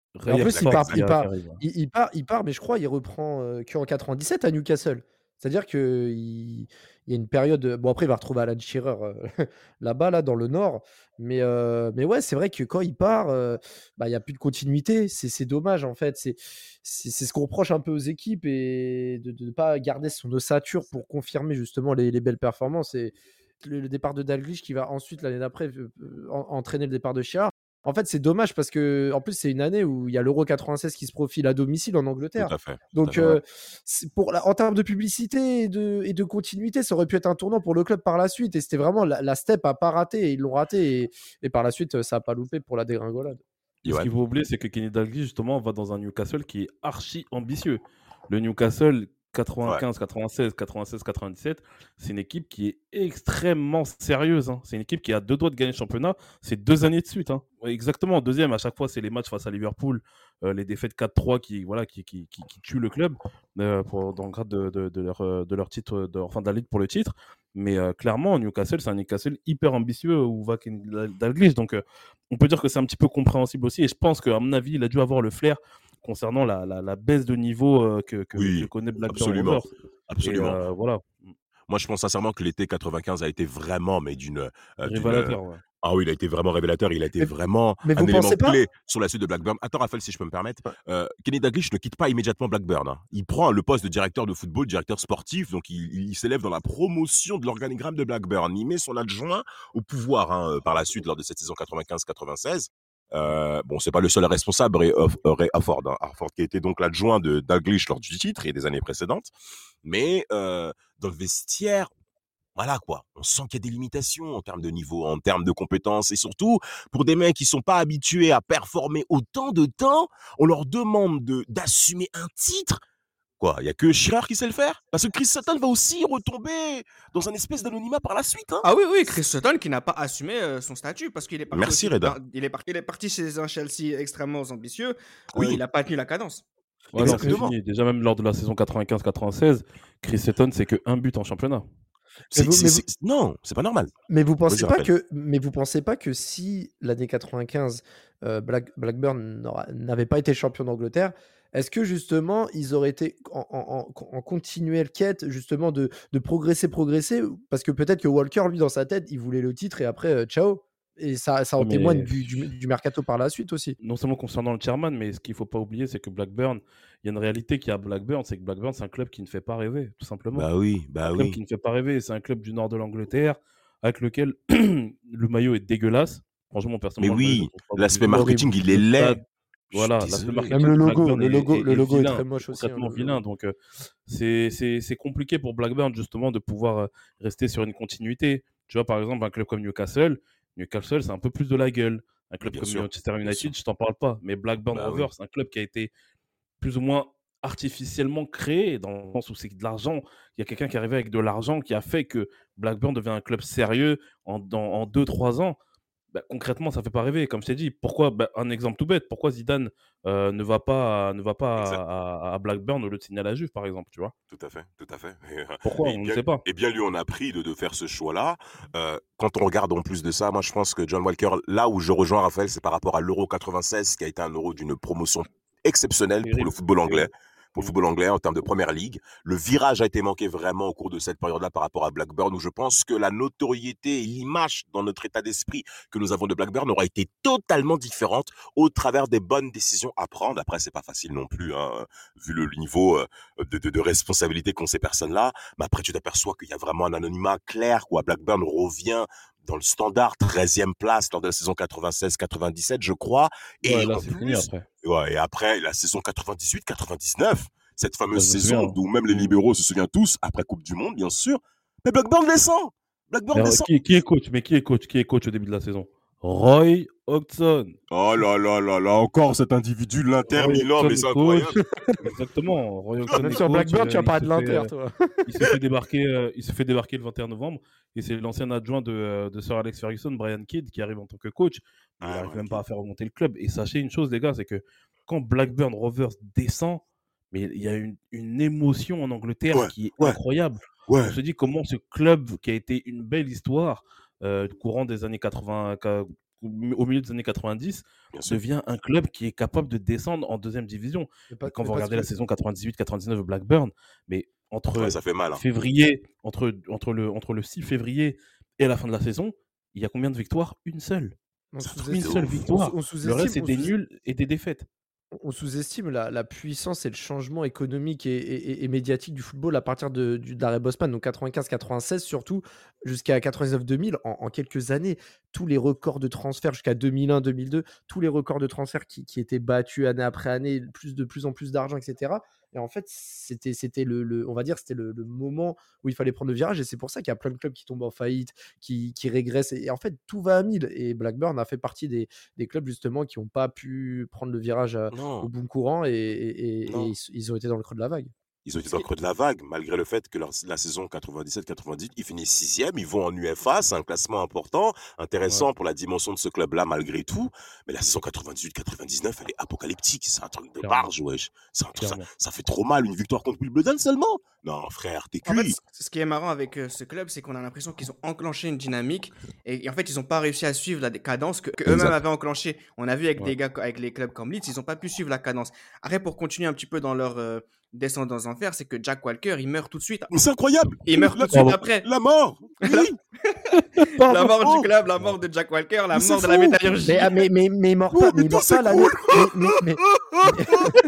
Et en Rayek plus, il Ford part, qui il a- part, qui arrive. il, il part, il part, mais je crois il reprend euh, qu'en quatre-vingt-dix-sept à Newcastle. C'est-à-dire que il, il y a une période. Bon, après, il va retrouver Alan Shearer euh, là-bas, là, dans le nord. Mais, euh, mais ouais, c'est vrai que quand il part, euh, bah, il n'y a plus de continuité. C'est, c'est dommage, en fait. C'est, c'est, c'est ce qu'on reproche un peu aux équipes et de ne pas garder son ossature pour confirmer justement les, les belles performances. Et le, le départ de Dalglish qui va ensuite, l'année d'après, euh, en- entraîner le départ de Shearer. En fait, c'est dommage parce que, en plus, c'est une année où il y a l'Euro quatre-vingt-seize qui se profile à domicile en Tout Angleterre. à fait. tout à Donc, fait. euh, c'est pour la- en termes de publicité et de, et de continuité, ça aurait pu être un tournant pour le club par la suite. Et c'était vraiment la, la step à pas rater. Et ils l'ont raté. Et, et par la suite, ça a pas loupé pour la dégringolade. Et ce Johan qu'il faut oublier, c'est que Kenny Dalglish, justement, va dans un Newcastle qui est archi ambitieux. Le Newcastle Ouais. quatre-vingt-quinze, quatre-vingt-seize, quatre-vingt-seize, quatre-vingt-dix-sept, c'est une équipe qui est extrêmement sérieuse. hein. C'est une équipe qui a deux doigts de gagner le championnat. C'est deux années de suite. hein. Ouais, exactement. Deuxième, à chaque fois, c'est les matchs face à Liverpool, euh, les défaites quatre trois qui, voilà, qui, qui, qui, qui tuent le club euh, pour, dans le cadre de, de, de leur, euh, de leur titre, de, enfin de la Ligue pour le titre. Mais euh, clairement, Newcastle, c'est un Newcastle hyper ambitieux où va Kenny Dalglish. Donc, euh, on peut dire que c'est un petit peu compréhensible aussi. Et je pense qu'à mon avis, il a dû avoir le flair concernant la, la, la baisse de niveau euh, que, que, Oui, que connaît Blackburn absolument. Rovers. Et Absolument. euh, voilà, Moi, je pense sincèrement que l'été quatre-vingt-quinze a été vraiment, mais d'une, euh, d'une, euh, révélateur. Ouais. ah oui, il a été vraiment révélateur. Il a été Mais, vraiment mais un vous élément pensez pas clé sur la suite de Blackburn. Attends, Raphaël, si je peux me permettre. Ouais. Euh, Kenny Dalglish ne quitte pas immédiatement Blackburn. hein. Il prend le poste de directeur de football, directeur sportif. Donc, il, il s'élève dans la promotion de l'organigramme de Blackburn. Il met son adjoint au pouvoir hein, euh, par la suite lors de cette saison quatre-vingt-quinze quatre-vingt-seize. Euh, bon, c'est pas le seul responsable, Ray, Off- Ray Harford, hein. Harford qui était donc l'adjoint de Dalglish lors du titre et des années précédentes. Mais euh, dans le vestiaire, voilà quoi, on sent qu'il y a des limitations en termes de niveau, en termes de compétences et surtout pour des mecs qui sont pas habitués à performer autant de temps, on leur demande de d'assumer un titre. Quoi, il y a que Shearer qui sait le faire parce que Chris Sutton va aussi retomber dans un espèce d'anonymat par la suite hein. Ah oui, oui, Chris Sutton qui n'a pas assumé euh, son statut parce qu'il est parti Merci aussi Reda. dans- il, est par- il est parti chez un Chelsea extrêmement ambitieux. Euh, Oui, il n'a pas tenu la cadence. Ouais, non, c'est exactement. fini. Déjà, même lors de la saison quatre-vingt-quinze quatre-vingt-seize, Chris Sutton, c'est que un but en championnat. Mais C'est, vous, c'est, mais vous, c'est- non, c'est pas normal. mais vous Vas-y pensez pas Raphaël. que, mais vous pensez pas que si l'année quatre-vingt-quinze, euh, Black- Blackburn n'aura- n'avait pas été champion d'Angleterre, est-ce que justement ils auraient été en, en- en- en continuelle quête justement de, de progresser, progresser, parce que peut-être que Walker, lui, dans sa tête, il voulait le titre et après, euh, ciao. Et ça, ça en Ouais, témoigne mais du, du- du mercato par la suite aussi. non seulement concernant le chairman, mais ce qu'il ne faut pas oublier, c'est que Blackburn, il y a une réalité qui a à Blackburn, c'est que Blackburn, c'est un club qui ne fait pas rêver, tout simplement. Bah oui, C'est bah un club oui. qui ne fait pas rêver. C'est un club du nord de l'Angleterre avec lequel le maillot est dégueulasse. Franchement, Mais personnellement, le maillot, je oui, le trouve pas l'aspect beau. marketing, il est Le laid. stade, Je suis voilà, l'aspect désolé. marketing Même le de logo, Blackburn le est, logo, est- le est logo est vilain, très est moche aussi, hein, concrètement le vilain. logo. Donc, euh, c'est c'est- c'est compliqué pour Blackburn, justement, de pouvoir euh, rester sur une continuité. Tu vois, par exemple, un club comme Newcastle, Newcastle, c'est un peu plus de la gueule. Un club Bien comme sûr, Manchester bien sûr. United, je t'en parle pas. Mais Blackburn Bah oui. Rovers, c'est un club qui a été plus ou moins artificiellement créé, dans le sens où c'est de l'argent. Il y a quelqu'un qui est arrivé avec de l'argent qui a fait que Blackburn devient un club sérieux en, dans- en deux trois ans. Bah, concrètement, ça ne fait pas rêver. Comme je t'ai dit, pourquoi bah, un exemple tout bête, pourquoi Zidane euh, ne va pas, ne va pas Exact. à, à- à Blackburn au lieu de signer à la Juve, par exemple, tu vois? Tout à fait, tout à fait. Et, euh, Pourquoi? et On ne bien, sait pas. et bien lui, on a pris de, de faire ce choix-là. Euh, quand on regarde en plus de ça, moi je pense que John Walker, là où je rejoins Raphaël, c'est par rapport à l'Euro quatre-vingt-seize, qui a été un Euro d'une promotion exceptionnelle pour le Terrible, football anglais. terrible. Pour le Mm. football anglais en termes de première ligue. Le virage a été manqué vraiment au cours de cette période-là par rapport à Blackburn, où je pense que la notoriété et l'image dans notre état d'esprit que nous avons de Blackburn aura été totalement différente au travers des bonnes décisions à prendre. Après, c'est pas facile non plus, hein, vu le niveau euh, de, de, de responsabilité qu'ont ces personnes-là. Mais après, tu t'aperçois qu'il y a vraiment un anonymat clair, quoi. Blackburn revient dans le standard, treizième place lors de la saison quatre-vingt-seize quatre-vingt-dix-sept, je crois. Et Ouais, là, en c'est fini plus, après. ouais, et après, la saison quatre-vingt-dix-huit quatre-vingt-dix-neuf, cette Ouais, fameuse je me saison souviens. d'où même les Mm. libéraux se souviennent tous, après Coupe du Monde, bien sûr. Mais Blackburn descend. Blackburn Mais, euh, descend. qui, qui est coach? Mais qui est coach? Qui est coach au début de la saison? Roy Hodgson. Oh là là là là, encore cet individu, l'Inter Roy Milan, mais Hodgson c'est est coach. incroyable. Exactement. Roy Hodgson Même est sur coach. Blackburn, tu euh, vas il parler se de fait, l'Inter, euh, toi. il se fait débarquer, euh, il se fait débarquer le vingt et un novembre. Et c'est l'ancien adjoint de, euh, de Sir Alex Ferguson, Brian Kidd, qui arrive en tant que coach. Mais il Ah, n'arrive ouais, même ok. pas à faire remonter le club. Et sachez une chose, les gars, c'est que quand Blackburn Rovers descend, mais il y a une, une émotion en Angleterre Ouais, qui est ouais, incroyable. ouais. On se dit comment ce club qui a été une belle histoire euh, courant des années quatre-vingts, au milieu des années quatre-vingt-dix, devient un club qui est capable de descendre en deuxième division. Pas, quand vous regardez la que... saison quatre-vingt-dix-huit quatre-vingt-dix-neuf de Blackburn, mais entre, ouais, ça fait mal, hein. février, entre, entre, le, entre le six février et la fin de la saison, il y a combien de victoires? Une seule. On une seule victoire. On, on le reste, c'est des sous... nuls et des défaites. On sous-estime la, la puissance et le changement économique et, et, et médiatique du football à partir de, du, d'Arrêt Bosman, donc quatre-vingt-quinze quatre-vingt-seize surtout, jusqu'à quatre-vingt-dix-neuf deux mille, en, en quelques années, tous les records de transfert jusqu'à deux mille un deux mille deux, tous les records de transfert qui, qui étaient battus année après année, plus de plus en plus d'argent, et cetera. Et en fait, c'était, c'était le, le, on va dire, c'était le, le moment où il fallait prendre le virage. Et c'est pour ça qu'il y a plein de clubs qui tombent en faillite, qui, qui régressent. Et en fait, tout va à mille. Et Blackburn a fait partie des, des clubs, justement, qui n'ont pas pu prendre le virage à, au bon courant. Et, et, et, et ils, ils ont été dans le creux de la vague. Ils ont été dans le creux de la vague, malgré le fait que leur, la saison quatre-vingt-dix-sept quatre-vingt-dix, ils finissent sixième, ils vont en U F A, c'est un classement important, intéressant ouais. pour la dimension de ce club-là, malgré tout. Mais la saison quatre-vingt-dix-huit quatre-vingt-dix-neuf, elle est apocalyptique, c'est un truc de Clairement. barge, wesh. C'est un truc, ça, ça fait trop mal, une victoire contre Wimbledon seulement. Non, frère, t'es cuit. En fait, ce qui est marrant avec euh, ce club, c'est qu'on a l'impression qu'ils ont enclenché une dynamique et, et en fait, ils n'ont pas réussi à suivre la cadence que, que eux-mêmes avaient enclenchée. On a vu avec ouais. des gars, avec les clubs comme Leeds, ils n'ont pas pu suivre la cadence. Après, pour continuer un petit peu dans leur euh, descendance en enfer, c'est que Jack Walker, il meurt tout de suite. Mais c'est incroyable. Il meurt la, tout de suite après. La mort. Oui. la, la mort du club, la mort de Jack Walker, la mais mort de la métallurgie. Mais, mais, mais, mais il meurt pas, mais il meurt pas l'année. Mais, mais, mais...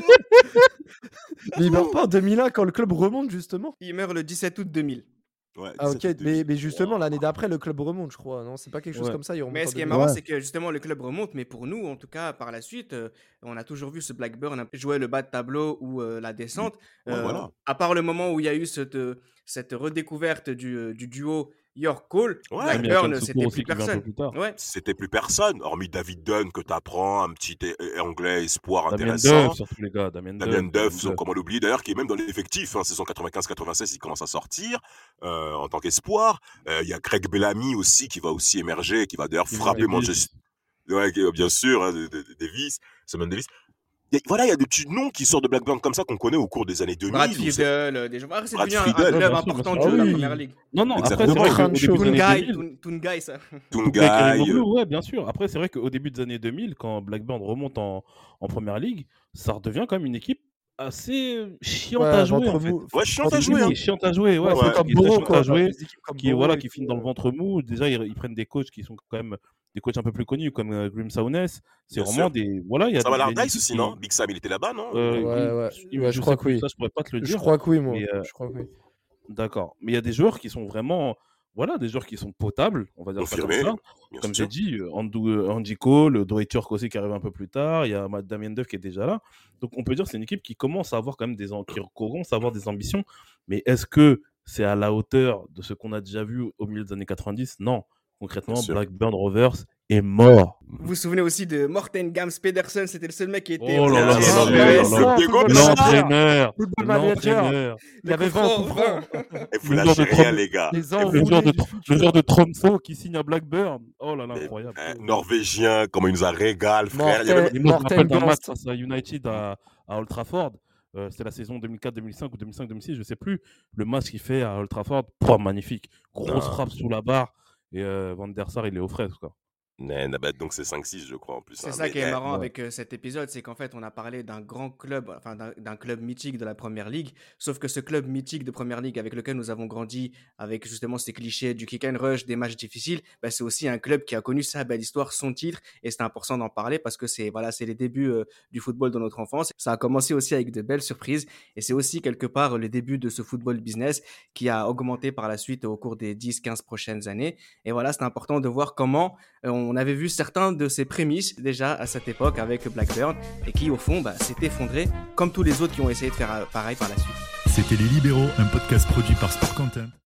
mais il meurt pas en deux mille un quand le club remonte, justement. Il meurt le dix-sept août deux mille. Ouais, ah ok, mais, mais justement l'année d'après le club remonte, je crois, non? C'est pas quelque chose ouais. comme ça. Mais ce qui est marrant, ouais. c'est que justement le club remonte, mais pour nous, en tout cas, par la suite, euh, on a toujours vu ce Blackburn jouer le bas de tableau ou euh, la descente. Ouais, euh, voilà. À part le moment où il y a eu cette, cette redécouverte du, du duo York-Cole, ouais, Blackburn, c'était plus personne. Plus ouais. C'était plus personne, hormis David Dunn que tu apprends, un petit é- anglais espoir Damien intéressant. Duff, surtout les gars. Damien, Damien Duff, Duff, Duff. Comment l'oublier d'ailleurs, qui est même dans l'effectif. Hein, saison quatre-vingt-quinze quatre-vingt-seize, il commence à sortir euh, en tant qu'espoir. Il euh, y a Craig Bellamy aussi qui va aussi émerger, qui va d'ailleurs qui frapper Manchester. Ouais, bien sûr, hein, Davis, Simon Davis. Y a, voilà, il y a des petits noms qui sortent de Blackburn comme ça qu'on connaît au cours des années deux mille. Brad Friedel, des gens. Ah, c'est devenu un, un club ouais, important de ah, oui. la première ligue. Non, non, après, c'est vrai qu'au début des années deux mille... Tungai, ça. Tungai. Ouais, bien sûr. Après, c'est vrai qu'au début des années deux mille, quand Blackburn remonte en, en première ligue, ça redevient quand même une équipe assez chiante ouais, à jouer, en fait. Ouais, chiante à jouer. Hein. Chiante à jouer, ouais. ouais. Qui est très chiante à jouer, qui, voilà, qui finit dans le ventre mou. Déjà, ils, ils prennent des coachs qui sont quand même... des coachs un peu plus connus comme euh, Grim Sauness, c'est Bien vraiment sûr. des voilà, il y a ça va l'Ardice aussi non Big Sam il était là-bas non euh, ouais, ouais. Il, ouais, je crois que oui. Ça je pourrais pas te le dire. Je crois que oui moi. Mais, euh, je crois que oui. D'accord, mais il y a des joueurs qui sont vraiment voilà, des joueurs qui sont potables, on va dire ça comme ça. Comme j'ai dit, Andou, Andy Cole, Dwight York aussi qui arrive un peu plus tard, il y a Damien Duff qui est déjà là. Donc on peut dire que c'est une équipe qui commence à avoir quand même des qui commence à avoir des ambitions, mais est-ce que c'est à la hauteur de ce qu'on a déjà vu au milieu des années quatre-vingt-dix? Non. Concrètement, Blackburn Rovers est mort. Vous vous souvenez aussi de Morten Gams Pedersen, c'était le seul mec qui était... Oh là là là là, l'entraîneur, l'entraîneur. Il avait vingt coups francs. Et vous lâchez rien, les gars. Le joueur de Tromsø qui signe à Blackburn. Oh là là, incroyable. Norvégien, comment il nous a régalé, frère. Il me rappelle d'un match face à United à Old Trafford. Euh, c'était la saison deux mille quatre deux mille cinq ou deux mille cinq deux mille six, je sais plus. Le match qu'il fait à Old Trafford, oh, magnifique. Grosse frappe sous la barre. Et euh, Van der Sar, il est aux fraises, quoi. Nah, bah, donc c'est cinq six, je crois, en plus. C'est hein, ça mais, qui est eh, marrant ouais. avec euh, cet épisode, c'est qu'en fait, on a parlé d'un grand club, enfin d'un, d'un club mythique de la Première Ligue, sauf que ce club mythique de Première Ligue avec lequel nous avons grandi, avec justement ces clichés du kick and rush, des matchs difficiles, bah, c'est aussi un club qui a connu sa belle histoire, son titre, et c'est important d'en parler parce que c'est, voilà, c'est les débuts euh, du football dans notre enfance. Ça a commencé aussi avec de belles surprises, et c'est aussi quelque part le début de ce football business qui a augmenté par la suite au cours des dix quinze prochaines années. Et voilà, c'est important de voir comment euh, on avait vu certains de ses prémices déjà à cette époque avec Blackburn et qui au fond bah, s'est effondré comme tous les autres qui ont essayé de faire pareil par la suite. C'était Les Libéraux, un podcast produit par Sport Content.